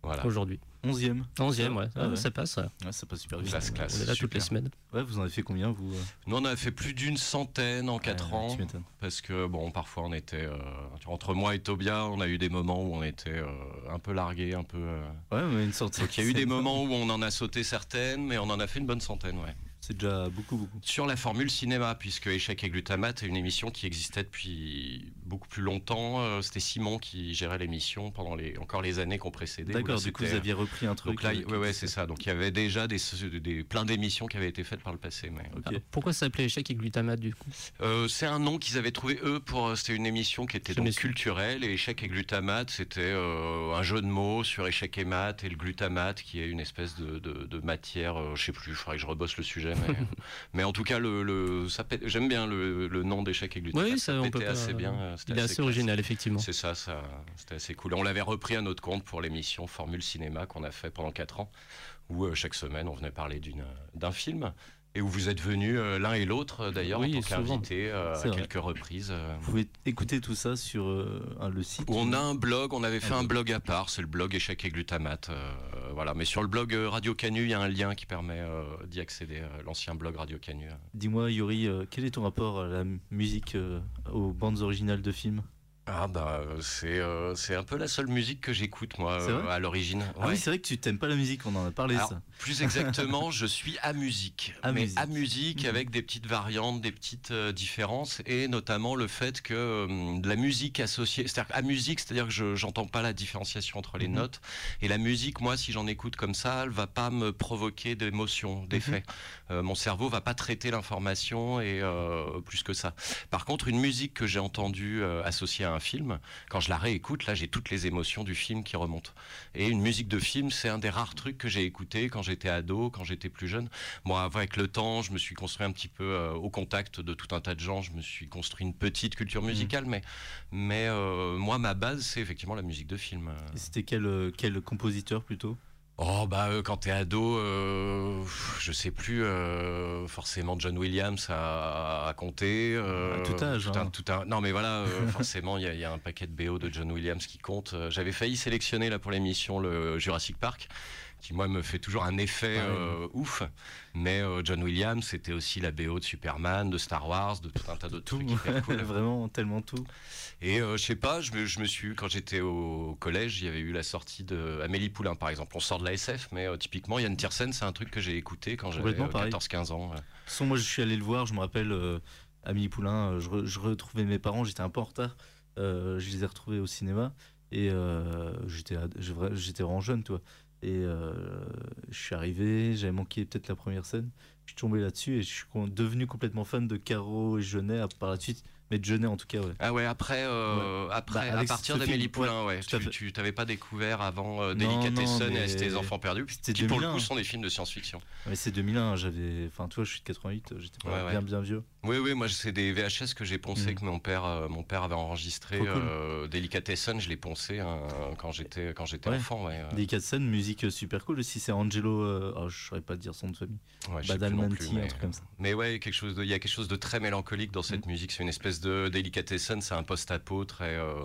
Voilà. aujourd'hui. onzième. onzième, ouais. Ah Ah, ouais. Ça passe. Ouais. Ouais, ça passe super vite. Classe, classe. On est là toutes les super. semaines. Ouais, vous en avez fait combien, vous euh Nous, on a fait plus d'une centaine en quatre Ouais, ans. Tu m'étonnes. Parce que, bon, parfois, on était. euh, entre moi et Tobia, on a eu des moments où on était euh, un peu largués, un peu. euh, Ouais, mais une sorte. Donc, il y a eu des moments où on en a sauté certaines, mais on en a fait une bonne centaine, ouais. C'est déjà beaucoup, beaucoup. Sur la formule cinéma, puisque Échec et Glutamate est une émission qui existait depuis beaucoup plus longtemps. Euh, C'était Simon qui gérait l'émission pendant les, encore les années qu'on précédait. où D'accord, là, du coup, c'était- vous aviez repris un truc. Donc là, euh, il- qui ouais, ouais, existait. c'est ça. Donc il y avait déjà des, des, plein d'émissions qui avaient été faites par le passé. Mais... Ok. Alors, pourquoi ça s'appelait Échec et Glutamate du coup? Euh, c'est un nom qu'ils avaient trouvé eux pour. C'était une émission qui était Jamais donc su. culturelle, et Échec et Glutamate, c'était euh, un jeu de mots sur échec et mat, et le glutamate qui est une espèce de, de, de matière. Euh, je sais plus. Il faudrait que je rebosse le sujet, mais, mais en tout cas, le, le ça pète- j'aime bien le, le nom d'Échec et Glutamate. Oui, ça, on peut pétait pas- assez bien. euh, c'était Il est assez assez classe. original, effectivement. C'est ça, ça c'était assez cool. Et on l'avait repris à notre compte pour l'émission Formule Cinéma qu'on a fait pendant quatre ans, où euh, chaque semaine on venait parler d'une, d'un film, et où vous êtes venus euh, l'un et l'autre euh, d'ailleurs Oui, en tant souvent. qu'invités euh, C'est à vrai. quelques reprises. euh, Vous pouvez écouter tout ça sur euh, un- le site. où on a un blog, on avait fait Un un blog. blog à part, c'est le blog Échec et Glutamate. euh, voilà. Mais sur le blog euh, Radio Canu, il y a un lien qui permet euh, d'y accéder, euh, l'ancien blog Radio Canu. Dis-moi, Yuri, euh, quel est ton rapport à la m- musique, euh, aux bandes originales de films? Ah bah euh, c'est euh, c'est un peu la seule musique que j'écoute moi C'est euh, vrai à l'origine. Ah Ouais. oui, c'est vrai que tu t'aimes pas la musique, on en a parlé Alors, ça. plus exactement, je suis à musique. À mais musique. à musique Mhm. avec des petites variantes, des petites euh, différences, et notamment le fait que euh, de la musique associée, c'est-à-dire à musique, c'est-à-dire que je j'entends pas la différenciation entre les Mhm. notes, et la musique, moi, si j'en écoute comme ça, elle va pas me provoquer d'émotions, d'effets. Euh, mon cerveau va pas traiter l'information, et euh, plus que ça. Par contre, une musique que j'ai entendue euh, associée à un film, quand je la réécoute, là, j'ai toutes les émotions du film qui remontent. Et une musique de film, c'est un des rares trucs que j'ai écouté quand j'étais ado, quand j'étais plus jeune. Moi, avec le temps, je me suis construit un petit peu euh, au contact de tout un tas de gens. Je me suis construit une petite culture musicale, mais, mais euh, moi, ma base, c'est effectivement la musique de film. Et c'était quel, euh, quel compositeur plutôt? Oh bah euh, quand t'es ado, euh, je sais plus euh, forcément John Williams a, a compté. euh, À tout âge, Tout un, hein. tout un- non mais voilà, euh, forcément il y, a- il y a un paquet de B O de John Williams qui compte. Euh, J'avais failli sélectionner là pour l'émission le Jurassic Park, qui moi me fait toujours un effet Ah ouais. euh, ouf. Mais euh, John Williams, c'était aussi la B O de Superman, de Star Wars, de tout un tas d'autres Tout, trucs hyper cool. vraiment tellement tout. Et euh, je sais pas, je me, je me suis, quand j'étais au collège, il y avait eu la sortie de Amélie Poulain, par exemple. On sort de la S F, mais euh, typiquement, Yann Tiersen, c'est un truc que j'ai écouté quand j'avais Complètement euh, pareil. quatorze quinze ans. ouais. De toute façon, moi je suis allé le voir, je me rappelle, euh, Amélie Poulain, euh, je, re- je retrouvais mes parents, j'étais un peu en retard, euh, je les ai retrouvés au cinéma, et euh, j'étais ad- je- vra- j'étais vraiment jeune, toi. Et euh, je suis arrivé, j'avais manqué peut-être la première scène, je suis tombé là-dessus et je suis con- devenu complètement fan de Caro et Jeunet à- par la suite, mais de Jeunet en tout cas, ouais. Ah ouais, après, euh, après Bah, avec à partir ce d'Amélie film, Poulain, ouais, tout à tu, fait. tu t'avais pas découvert avant euh, Non, Delicatessen non, et mais C'était enfants perdus, c'était qui pour le deux mille un. coup sont des films de science-fiction. Mais c'est deux mille un, j'avais, enfin toi je suis de quatre-vingt-huit, j'étais pas Ouais, ouais. bien bien vieux. Oui, oui, moi c'est des V H S que j'ai poncé, Mhm. que mon père, euh, mon père avait enregistré. Trop cool. euh, Delicatessen, je l'ai poncé hein, quand j'étais quand j'étais Ouais. enfant. Ouais, euh, Des quatre scènes, musique super cool aussi, c'est Angelo, euh, oh, je saurais pas dire son nom de famille, ouais, je sais plus non Badalamenti, plus, mais- un truc comme ça. Mais ouais, quelque chose de, il y a quelque chose de très mélancolique dans cette musique. C'est une espèce de Delicatessen, c'est un post-apo très, euh,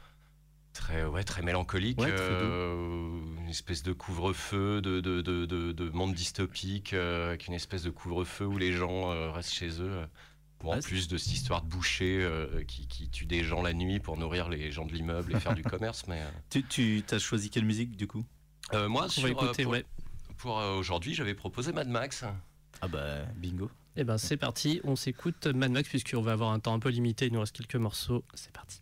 très, ouais, très mélancolique. Ouais, très doux. euh, une espèce de couvre-feu, de, de, de, de, de monde dystopique, euh, avec une espèce de couvre-feu où les gens euh, restent chez eux. euh, Ou en Ouais, c'est- plus de cette histoire de boucher euh, qui, qui tue des gens la nuit pour nourrir les gens de l'immeuble et faire du commerce. Mais euh, Tu, tu as choisi quelle musique du coup? euh, moi, On sur, va euh, écouter, pour, ouais. pour, euh, aujourd'hui, j'avais proposé Mad Max. Ah bah bingo. Eh ben c'est parti, on s'écoute Mad Max puisqu'on va avoir un temps un peu limité, il nous reste quelques morceaux, c'est parti.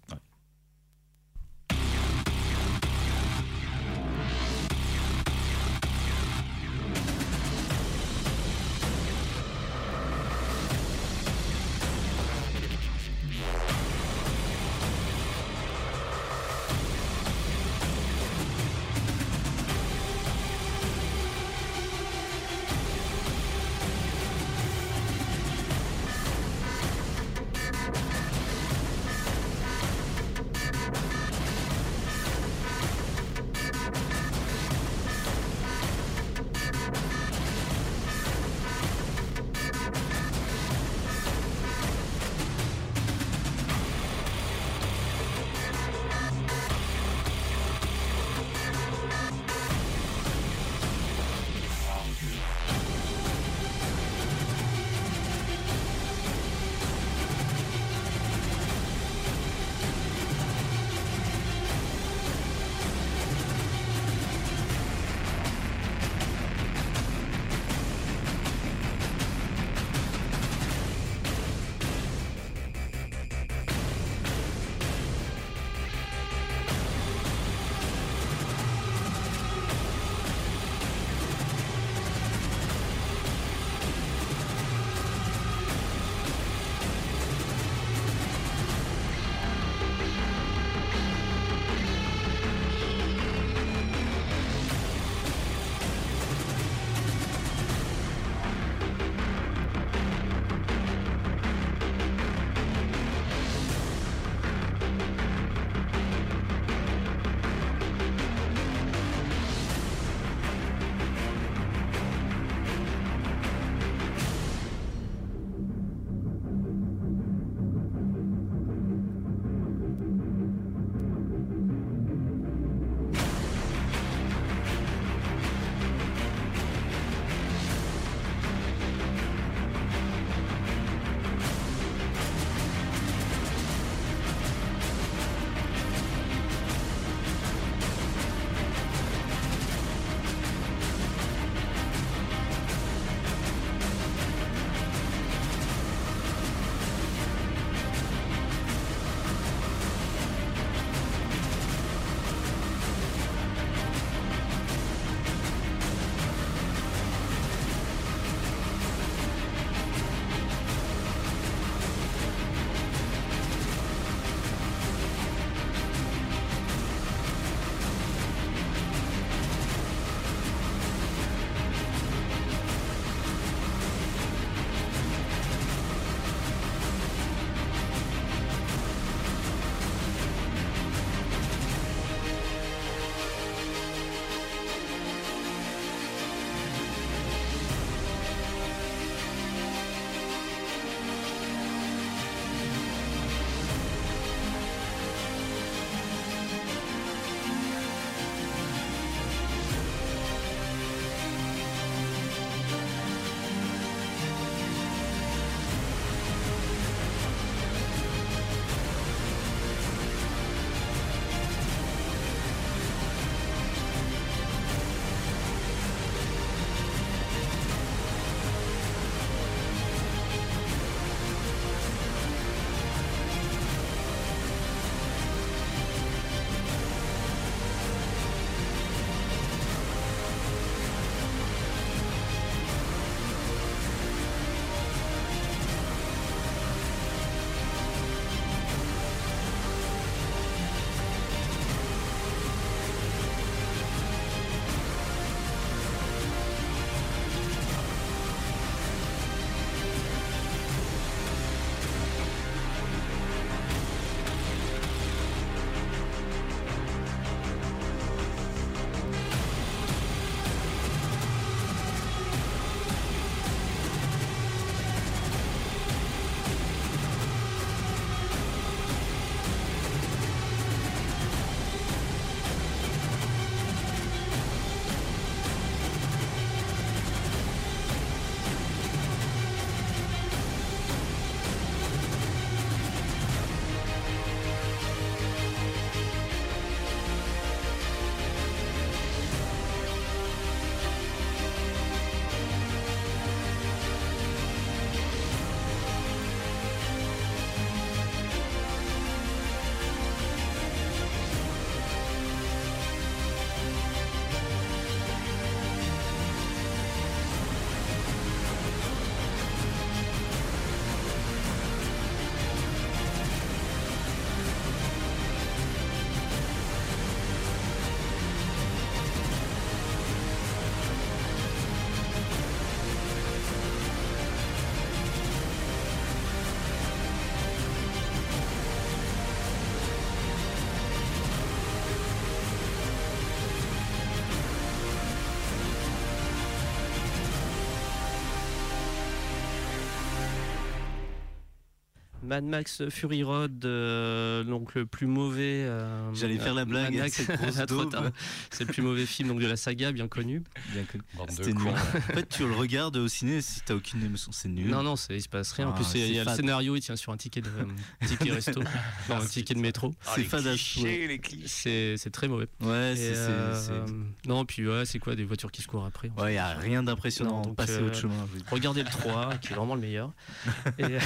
Thank Mad Max Fury Road, euh, donc le plus mauvais. euh, J'allais faire la Mad blague, Max, cette grosse trop daube. tard. C'est le plus mauvais film donc de la saga, bien connu. Bien connu. Bande de C'était nul. cons. En fait, tu le regardes au ciné, si t'as aucune émotion, c'est nul. Non, non, c'est- il se passe rien. En Ah, plus, c'est- il y a c'est le fade. scénario, il tient sur un ticket de euh, ticket resto, non, un ticket de métro. Ah, C'est les fade à clichés, souhait. les clichés. C'est c'est très mauvais. Ouais, Et, c'est. c'est- euh, c'est- non, puis ouais, c'est quoi des voitures qui se courent après. Ouais, y a rien d'impressionnant. Non, donc, Passer euh, autre chemin. oui. Regardez le trois, qui est vraiment le meilleur. Et, euh,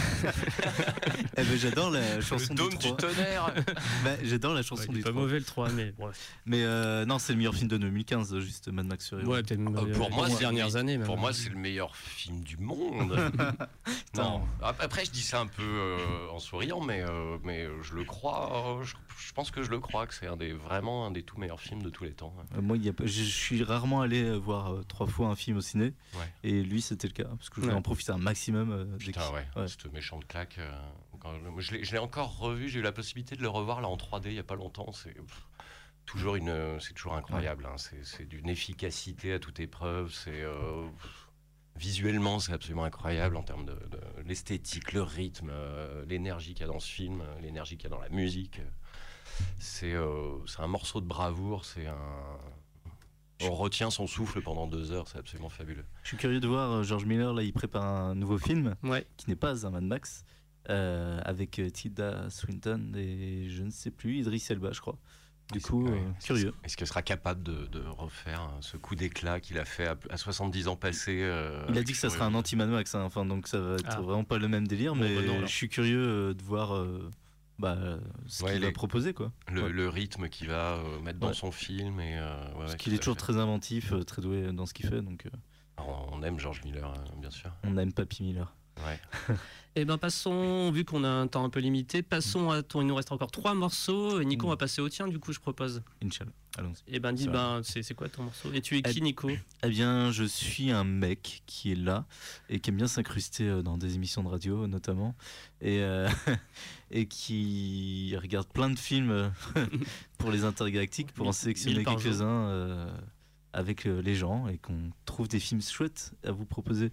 Eh ben, j'adore la chanson Le dôme du du trois. tonnerre. Bah, j'adore la ouais, chanson il est du pas trois. mauvais le trois, mais bref. Mais euh, non, c'est le meilleur film de deux mille quinze, juste Mad Max Fury Road. Ouais, peut-être même, Euh, euh, pour moi, les c'est- dernières années. Même. Pour moi, c'est le meilleur film du monde. non. Après, je dis ça un peu euh, en souriant, mais, euh, mais je le crois. euh, Je, je pense que je le crois que c'est un des, vraiment un des tout meilleurs films de tous les temps. Euh, Moi, il y a pas- je suis rarement allé euh, voir euh, trois fois un film au ciné. Ouais. Et lui, c'était le cas. Parce que je voulais Ouais. en profiter un maximum. euh, dès Putain, que- ouais, ouais. cette méchante claque. euh, quand je je l'ai- je l'ai encore revu, j'ai eu la possibilité de le revoir là en trois D il y a pas longtemps. C'est pff, toujours une, c'est toujours incroyable. hein. C'est c'est d'une efficacité à toute épreuve. C'est euh, pff, visuellement, c'est absolument incroyable en termes de, de l'esthétique, le rythme, euh, l'énergie qu'il y a dans ce film, euh, l'énergie qu'il y a dans la musique. C'est euh, c'est un morceau de bravoure. C'est un on retient son souffle pendant deux heures, c'est absolument fabuleux. Je suis curieux de voir euh, George Miller, là, il prépare un nouveau film Ouais. qui n'est pas un Mad Max, euh, avec euh, Tilda Swinton et je ne sais plus, Idris Elba, je crois. Du Est-ce- coup, ouais, euh, est-ce- curieux. Est-ce qu'il sera capable de, de refaire euh, ce coup d'éclat qu'il a fait à, à soixante-dix ans passés euh, Il a avec dit que ça Fury sera un Road. anti-Mad Max, hein, enfin, donc ça va être Ah. vraiment pas le même délire, Bon, mais bah non, alors. je suis curieux euh, de voir euh, bah, euh, ce Ouais, qu'il va les- proposer, quoi. le, Ouais. le rythme qu'il va euh, mettre dans Ouais. son film. Et, euh, ouais, Parce ouais, qu'il tout est à toujours fait. très inventif, euh, très doué dans ce qu'il fait, donc euh, Alors, on aime George Miller, hein, bien sûr. on aime Papy Miller. Ouais. Eh ben passons, vu qu'on a un temps un peu limité, passons à ton. Il nous reste encore trois morceaux. Et Nico, Mm. on va passer au tien. Du coup, je propose. Inch'Allah, allons-y. Eh ben dis, C'est ben c'est c'est quoi ton morceau? Et tu es Eh- qui, Nico? Eh bien, je suis un mec qui est là et qui aime bien s'incruster euh, dans des émissions de radio, notamment, et, euh, et qui regarde plein de films euh, pour les intergalactiques, pour en Mille- sélectionner mille par jour. quelques-uns euh, avec euh, les gens et qu'on trouve des films chouettes à vous proposer.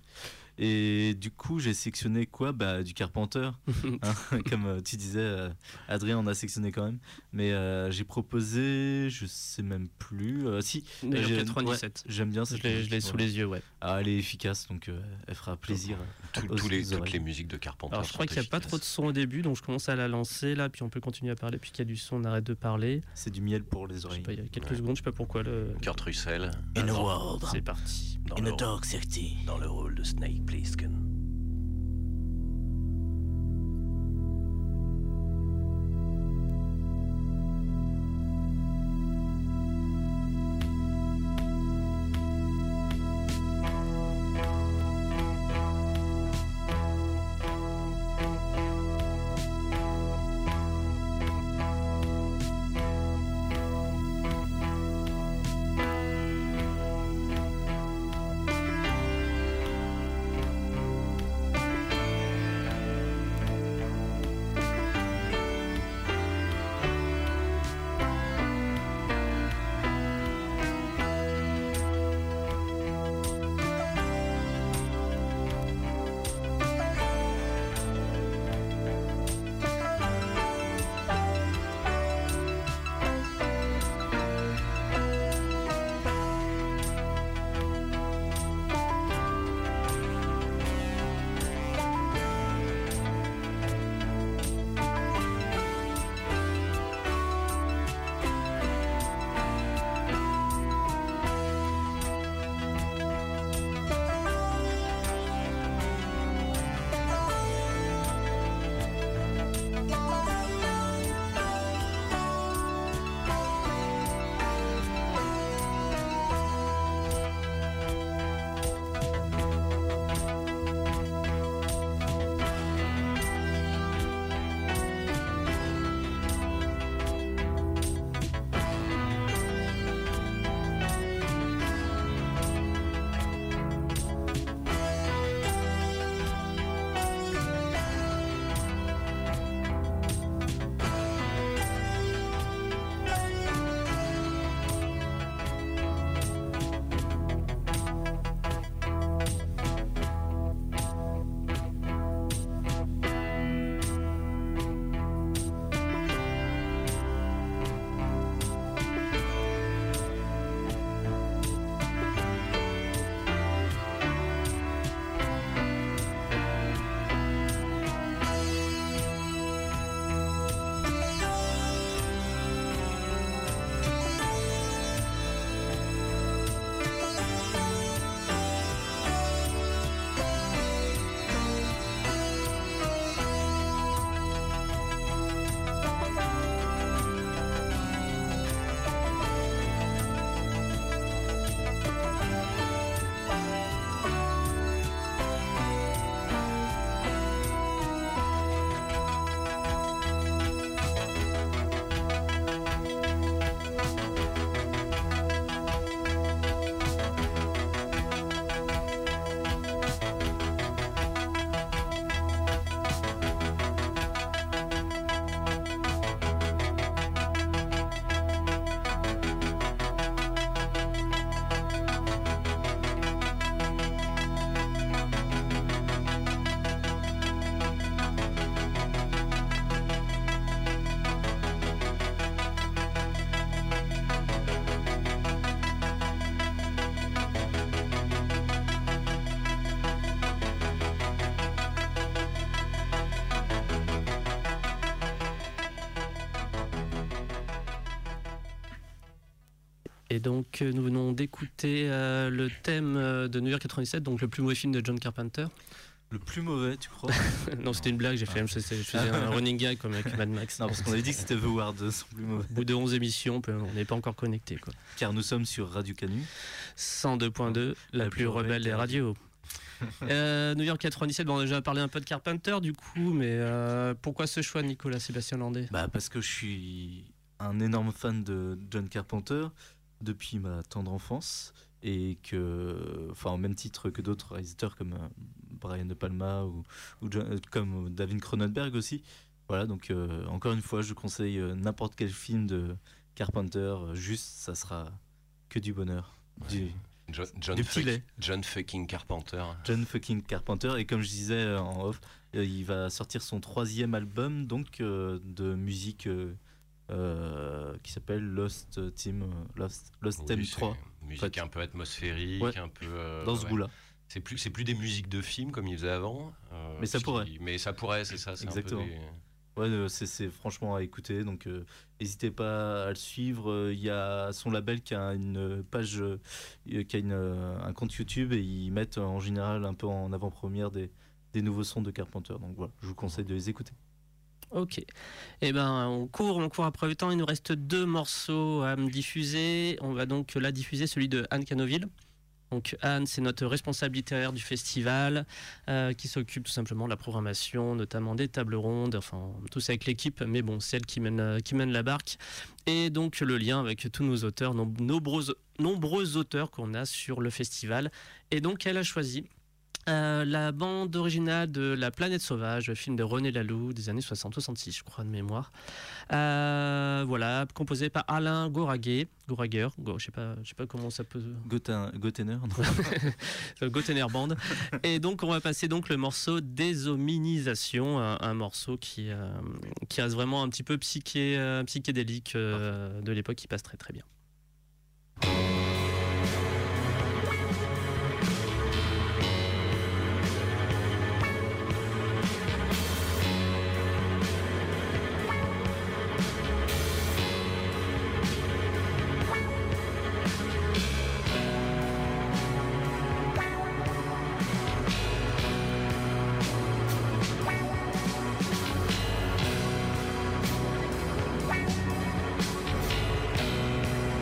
Et du coup, j'ai sélectionné quoi? Bah, du Carpenter, hein, comme euh, tu disais, euh, Adrien en a sélectionné quand même. Mais euh, j'ai proposé, je sais même plus. euh, si, D'ailleurs, j'ai- quatre-vingt-dix-sept. ouais, j'aime bien Je cette l'ai je l'ai musique, sous voilà. les yeux, ouais. Ah, elle est efficace, donc euh, elle fera plaisir. Tout- aux- tous les, aux toutes oreilles. les musiques de Carpenter. Alors je crois sont qu'il n'y a pas trop de efficaces. son au début, donc je commence à la lancer là, puis on peut continuer à parler, puis qu'il y a du son, on arrête de parler. C'est du miel pour les Je sais oreilles. pas, il y a quelques Ouais. secondes, je sais pas pourquoi le. Kurt Russell. In a dans- world, C'est parti. dans in le a rôle- dark city. dans le rôle de Snake Plissken. Thank Et donc, euh, nous venons d'écouter euh, le thème euh, de New York quatre-vingt-dix-sept, donc le plus mauvais film de John Carpenter. Le plus mauvais, tu crois? Non, c'était une blague, j'ai fait je faisais je faisais un running gag comme avec Mad Max. Non, parce qu'on avait dit que c'était The Ward, son plus mauvais. Au bout de onze émissions, on peut- on n'est pas encore connecté. Quoi. Car nous sommes sur Radio Canu. cent deux point deux, la, La plus plus rebelle rebelle des des radios. euh, New York quatre-vingt-dix-sept, bon, on a déjà parlé un peu de Carpenter du coup, mais euh, pourquoi ce choix, Nicolas Sébastien Landais? Bah, parce que je suis un énorme fan de John Carpenter depuis ma tendre enfance. Et que, enfin, au même titre que d'autres réalisateurs comme euh, Brian De Palma ou, ou John- euh, comme David Cronenberg aussi. Voilà, donc euh, encore une fois, je conseille euh, n'importe quel film de Carpenter. euh, juste, ça sera que du bonheur. Du John, John, Du petit fuck- lait. John fucking Carpenter. John fucking Carpenter. Et comme je disais euh, en off, euh, il va sortir son troisième album donc euh, de musique euh, euh, qui s'appelle Lost Team, euh, Lost, Lost Oui, Theme c'est trois. une musique fait. un peu atmosphérique, Ouais. un peu. euh, Dans ce ouais. goût-là. C'est plus, c'est plus des musiques de films comme il faisait avant. euh, Mais ça qui- pourrait. Mais ça pourrait, c'est ça. C'est Exactement. Un peu des- Ouais, euh, c'est, c'est franchement à écouter, donc euh, n'hésitez pas à le suivre. Euh, Il y a son label qui a une page, euh, qui a une, euh, un compte YouTube et ils mettent en général un peu en avant-première des, des nouveaux sons de Carpenter. Donc voilà, je vous conseille de les écouter. Ok. Eh ben, on court, on court après le temps. Il nous reste deux morceaux à me diffuser. On va donc là diffuser celui de Anne Canoville. Donc Anne, c'est notre responsable littéraire du festival, euh, qui s'occupe tout simplement de la programmation, notamment des tables rondes, enfin tous avec l'équipe, mais bon, c'est elle qui mène, euh, qui mène la barque. Et donc le lien avec tous nos auteurs, nos nombreux, nombreux auteurs qu'on a sur le festival. Et donc elle a choisi Euh, la bande originale de La Planète Sauvage, le film de René Laloux des années soixante soixante-six, je crois, de mémoire. Euh, voilà, composé par Alain Goraguer. Goraguer, Go- je sais pas, je sais pas comment ça peut. Goten- Gotener, non Euh, Gotener Band. Et donc, on va passer donc le morceau Déshominisation, un, un morceau qui, euh, qui reste vraiment un petit peu psyché, euh, psychédélique euh, de l'époque, qui passe très très bien. Thank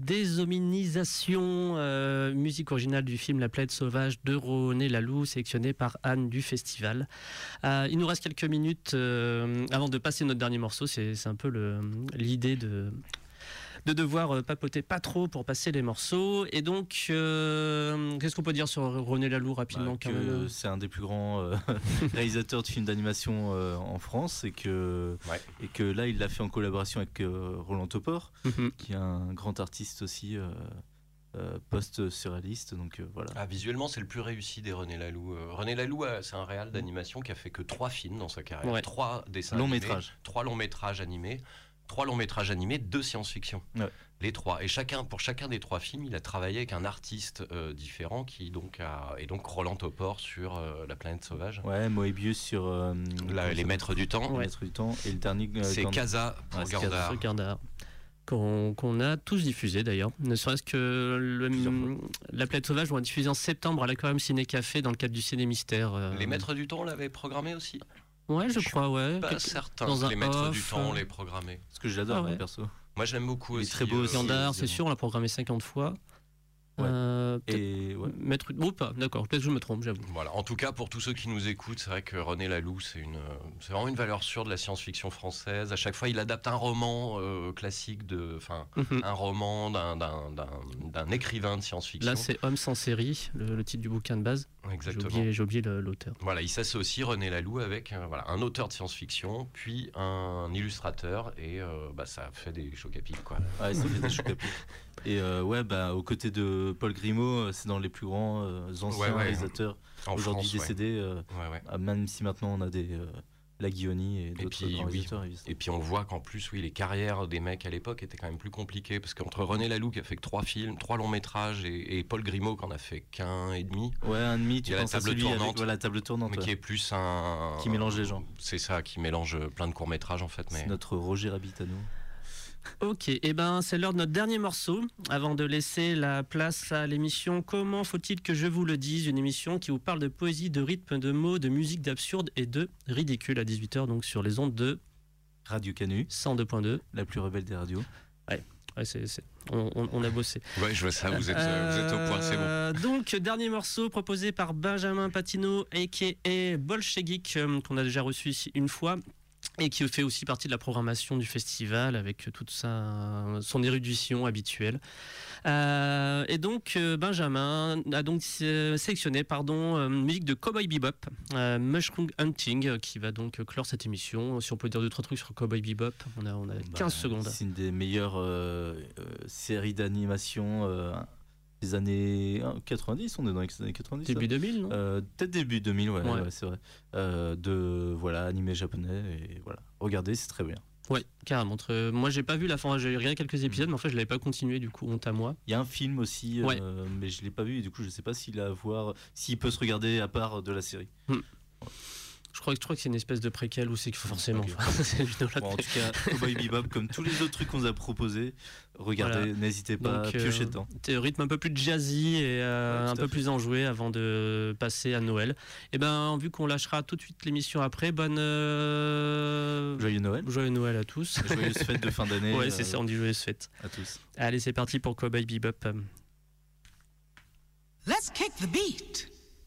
Déshominisation, euh, musique originale du film La Planète Sauvage de René Laloux, sélectionné par Anne du Festival. Euh, il nous reste quelques minutes euh, avant de passer notre dernier morceau. C'est, c'est un peu le, l'idée de... de devoir euh, papoter pas trop pour passer les morceaux. Et donc, euh, qu'est-ce qu'on peut dire sur René Laloux rapidement Bah, quand que même c'est un des plus grands euh, réalisateurs de films d'animation euh, en France et que, Ouais. et que là il l'a fait en collaboration avec euh, Roland Topor, Mhm. qui est un grand artiste aussi euh, euh, post-surréaliste. Donc euh, voilà. Ah, visuellement, c'est le plus réussi des René Laloux. Euh, René Laloux, euh, c'est un réal d'animation qui a fait que trois films dans sa carrière. Ouais. Trois dessins Long animés, métrage. trois longs métrages animés, trois longs métrages animés, deux science-fiction. Ouais. Les trois. Et chacun, pour chacun des trois films, il a travaillé avec un artiste euh, différent qui donc a, et donc Roland Topor sur euh, La Planète Sauvage. Ouais, Moebius sur euh, Là, les Maîtres du Temps. Les Ouais. Maîtres du Temps et le dernier. euh, C'est Gand- Casa pour Ouais, c'est Gandar. Ce Gardard, qu'on, qu'on a tous diffusé d'ailleurs. Ne serait-ce que le, Plusieurs fois. La Planète Sauvage, on a diffusé en septembre à l'Aquarium Ciné Café dans le cadre du Ciné Mystère. euh. Les Maîtres du Temps l'avaient programmé aussi. Ouais, je Je crois, ouais. Pas Quelque- certain dans que un les Maîtres du off, Temps euh. les programmé. Parce que je l'adore, Ah moi, ouais. perso. Moi, je l'aime beaucoup Il est aussi. très beau euh, aussi. Gandard, c'est évidemment. sûr, on l'a programmé cinquante fois. Ouais. Euh, peut-être Et ouais. Maître ou pas, d'accord, peut-être que je me trompe, j'avoue. Voilà. En tout cas, pour tous ceux qui nous écoutent, c'est vrai que René Laloux, c'est une, c'est vraiment une valeur sûre de la science-fiction française. À chaque fois, il adapte un roman euh, classique de, enfin, Mhm. un roman d'un, d'un, d'un, d'un écrivain de science-fiction. Là, c'est Homme sans série, le, le titre du bouquin de base. J'ai Exactement. oublié, j'ai oublié le- l'auteur. Voilà, il s'associe René Laloux avec euh, voilà, un auteur de science-fiction, puis un illustrateur, et euh, bah, ça fait des chocs à pic, quoi. Ouais, ça fait des chocs à pic. Et euh, ouais, bah, aux côtés de Paul Grimaud, euh, c'est dans les plus grands euh, anciens Ouais, ouais. réalisateurs En aujourd'hui France, ouais. décédés. euh, Ouais, ouais. ah, même si maintenant on a des euh, La Guilloni et d'autres puis, grands oui. réalisateurs. évidemment. Et puis on voit qu'en plus, oui, les carrières des mecs à l'époque étaient quand même plus compliquées, parce qu'entre René Laloux qui a fait que trois films, trois longs métrages, et, et Paul Grimaud qui en a fait qu'un et demi, Ouais, un demi, tu Il y a la penses à table celui avec tournante. voilà, la table tournante. mais ouais. qui est plus un... Qui mélange les gens. C'est ça, qui mélange plein de courts-métrages en fait. Mais... C'est notre Roger Rabbit à nous. Ok, et ben c'est l'heure de notre dernier morceau, avant de laisser la place à l'émission Comment faut-il que je vous le dise, une émission qui vous parle de poésie, de rythme, de mots, de musique, d'absurde et de ridicule à dix-huit heures, donc sur les ondes de Radio Canu, cent deux point deux. la plus rebelle des radios. Ouais, c'est, c'est- on, on- on a bossé. Ouais, je vois ça, vous êtes, euh, vous êtes au point, c'est bon. Euh, Donc, dernier morceau proposé par Benjamin Patino, a k a. Bolchegeek, euh, qu'on a déjà reçu ici une fois, et qui fait aussi partie de la programmation du festival avec toute sa, son érudition habituelle. Euh, et donc, euh, Benjamin a donc euh, sélectionné pardon, euh, musique de Cowboy Bebop, euh, Mushroom Hunting, euh, qui va donc clore cette émission. Si on peut dire deux, trois trucs sur Cowboy Bebop, on a, on a Bah, quinze secondes. C'est une des meilleures euh, euh, séries d'animation euh, des années euh, quatre-vingt-dix. On est dans les années quatre-vingt-dix. Début deux mille, non Euh, peut-être début deux mille, ouais, Ouais. ouais, c'est vrai. Euh, de voilà, animé japonais et voilà. Regardez, c'est très bien. Ouais, carrément. Entre- Moi, j'ai pas vu la fin. J'ai regardé quelques épisodes, mais en fait, je l'avais pas continué. Du coup, honte à moi. Il y a un film aussi, euh, Ouais. mais je l'ai pas vu et du coup, je sais pas s'il a à voir, s'il peut se regarder à part de la série. Je crois, que- je crois que c'est une espèce de préquel ou c'est qu'il faut forcément. Ok. c'est une de la Bon, en tout cas, Cowboy Bebop, comme tous les autres trucs qu'on nous a proposés, regardez, n'hésitez pas Donc, à euh, piocher dedans. t'es rythme un peu plus jazzy et euh, Ouais, tout un à peu fait. plus enjoué avant de passer à Noël. Et ben, vu qu'on lâchera tout de suite l'émission après, bonne euh, Joyeux Noël, joyeux Noël à tous. joyeuses fêtes de fin d'année Ouais, euh, c'est ça. On dit joyeuses fêtes. à tous. Allez, c'est parti pour Cowboy Bebop. Let's kick the beat.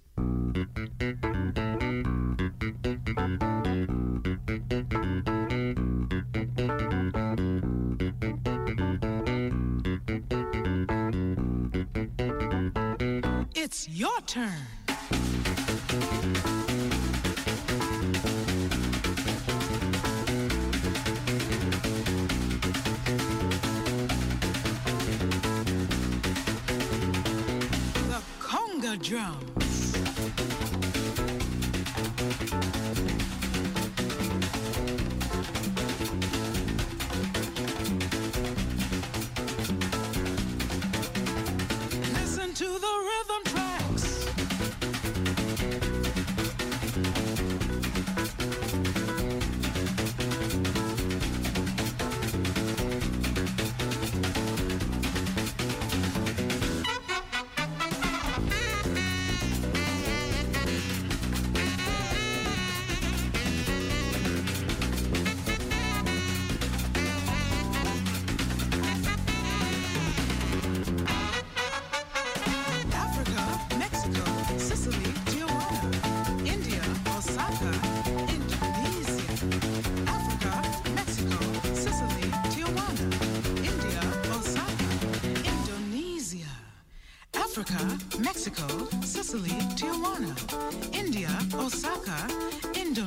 It's your turn. The conga drums. Listen to the rhythm tracks.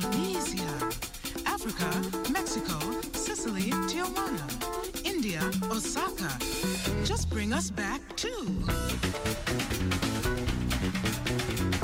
Indonesia, Africa, Mexico, Sicily, Tijuana, India, Osaka. Just bring us back too.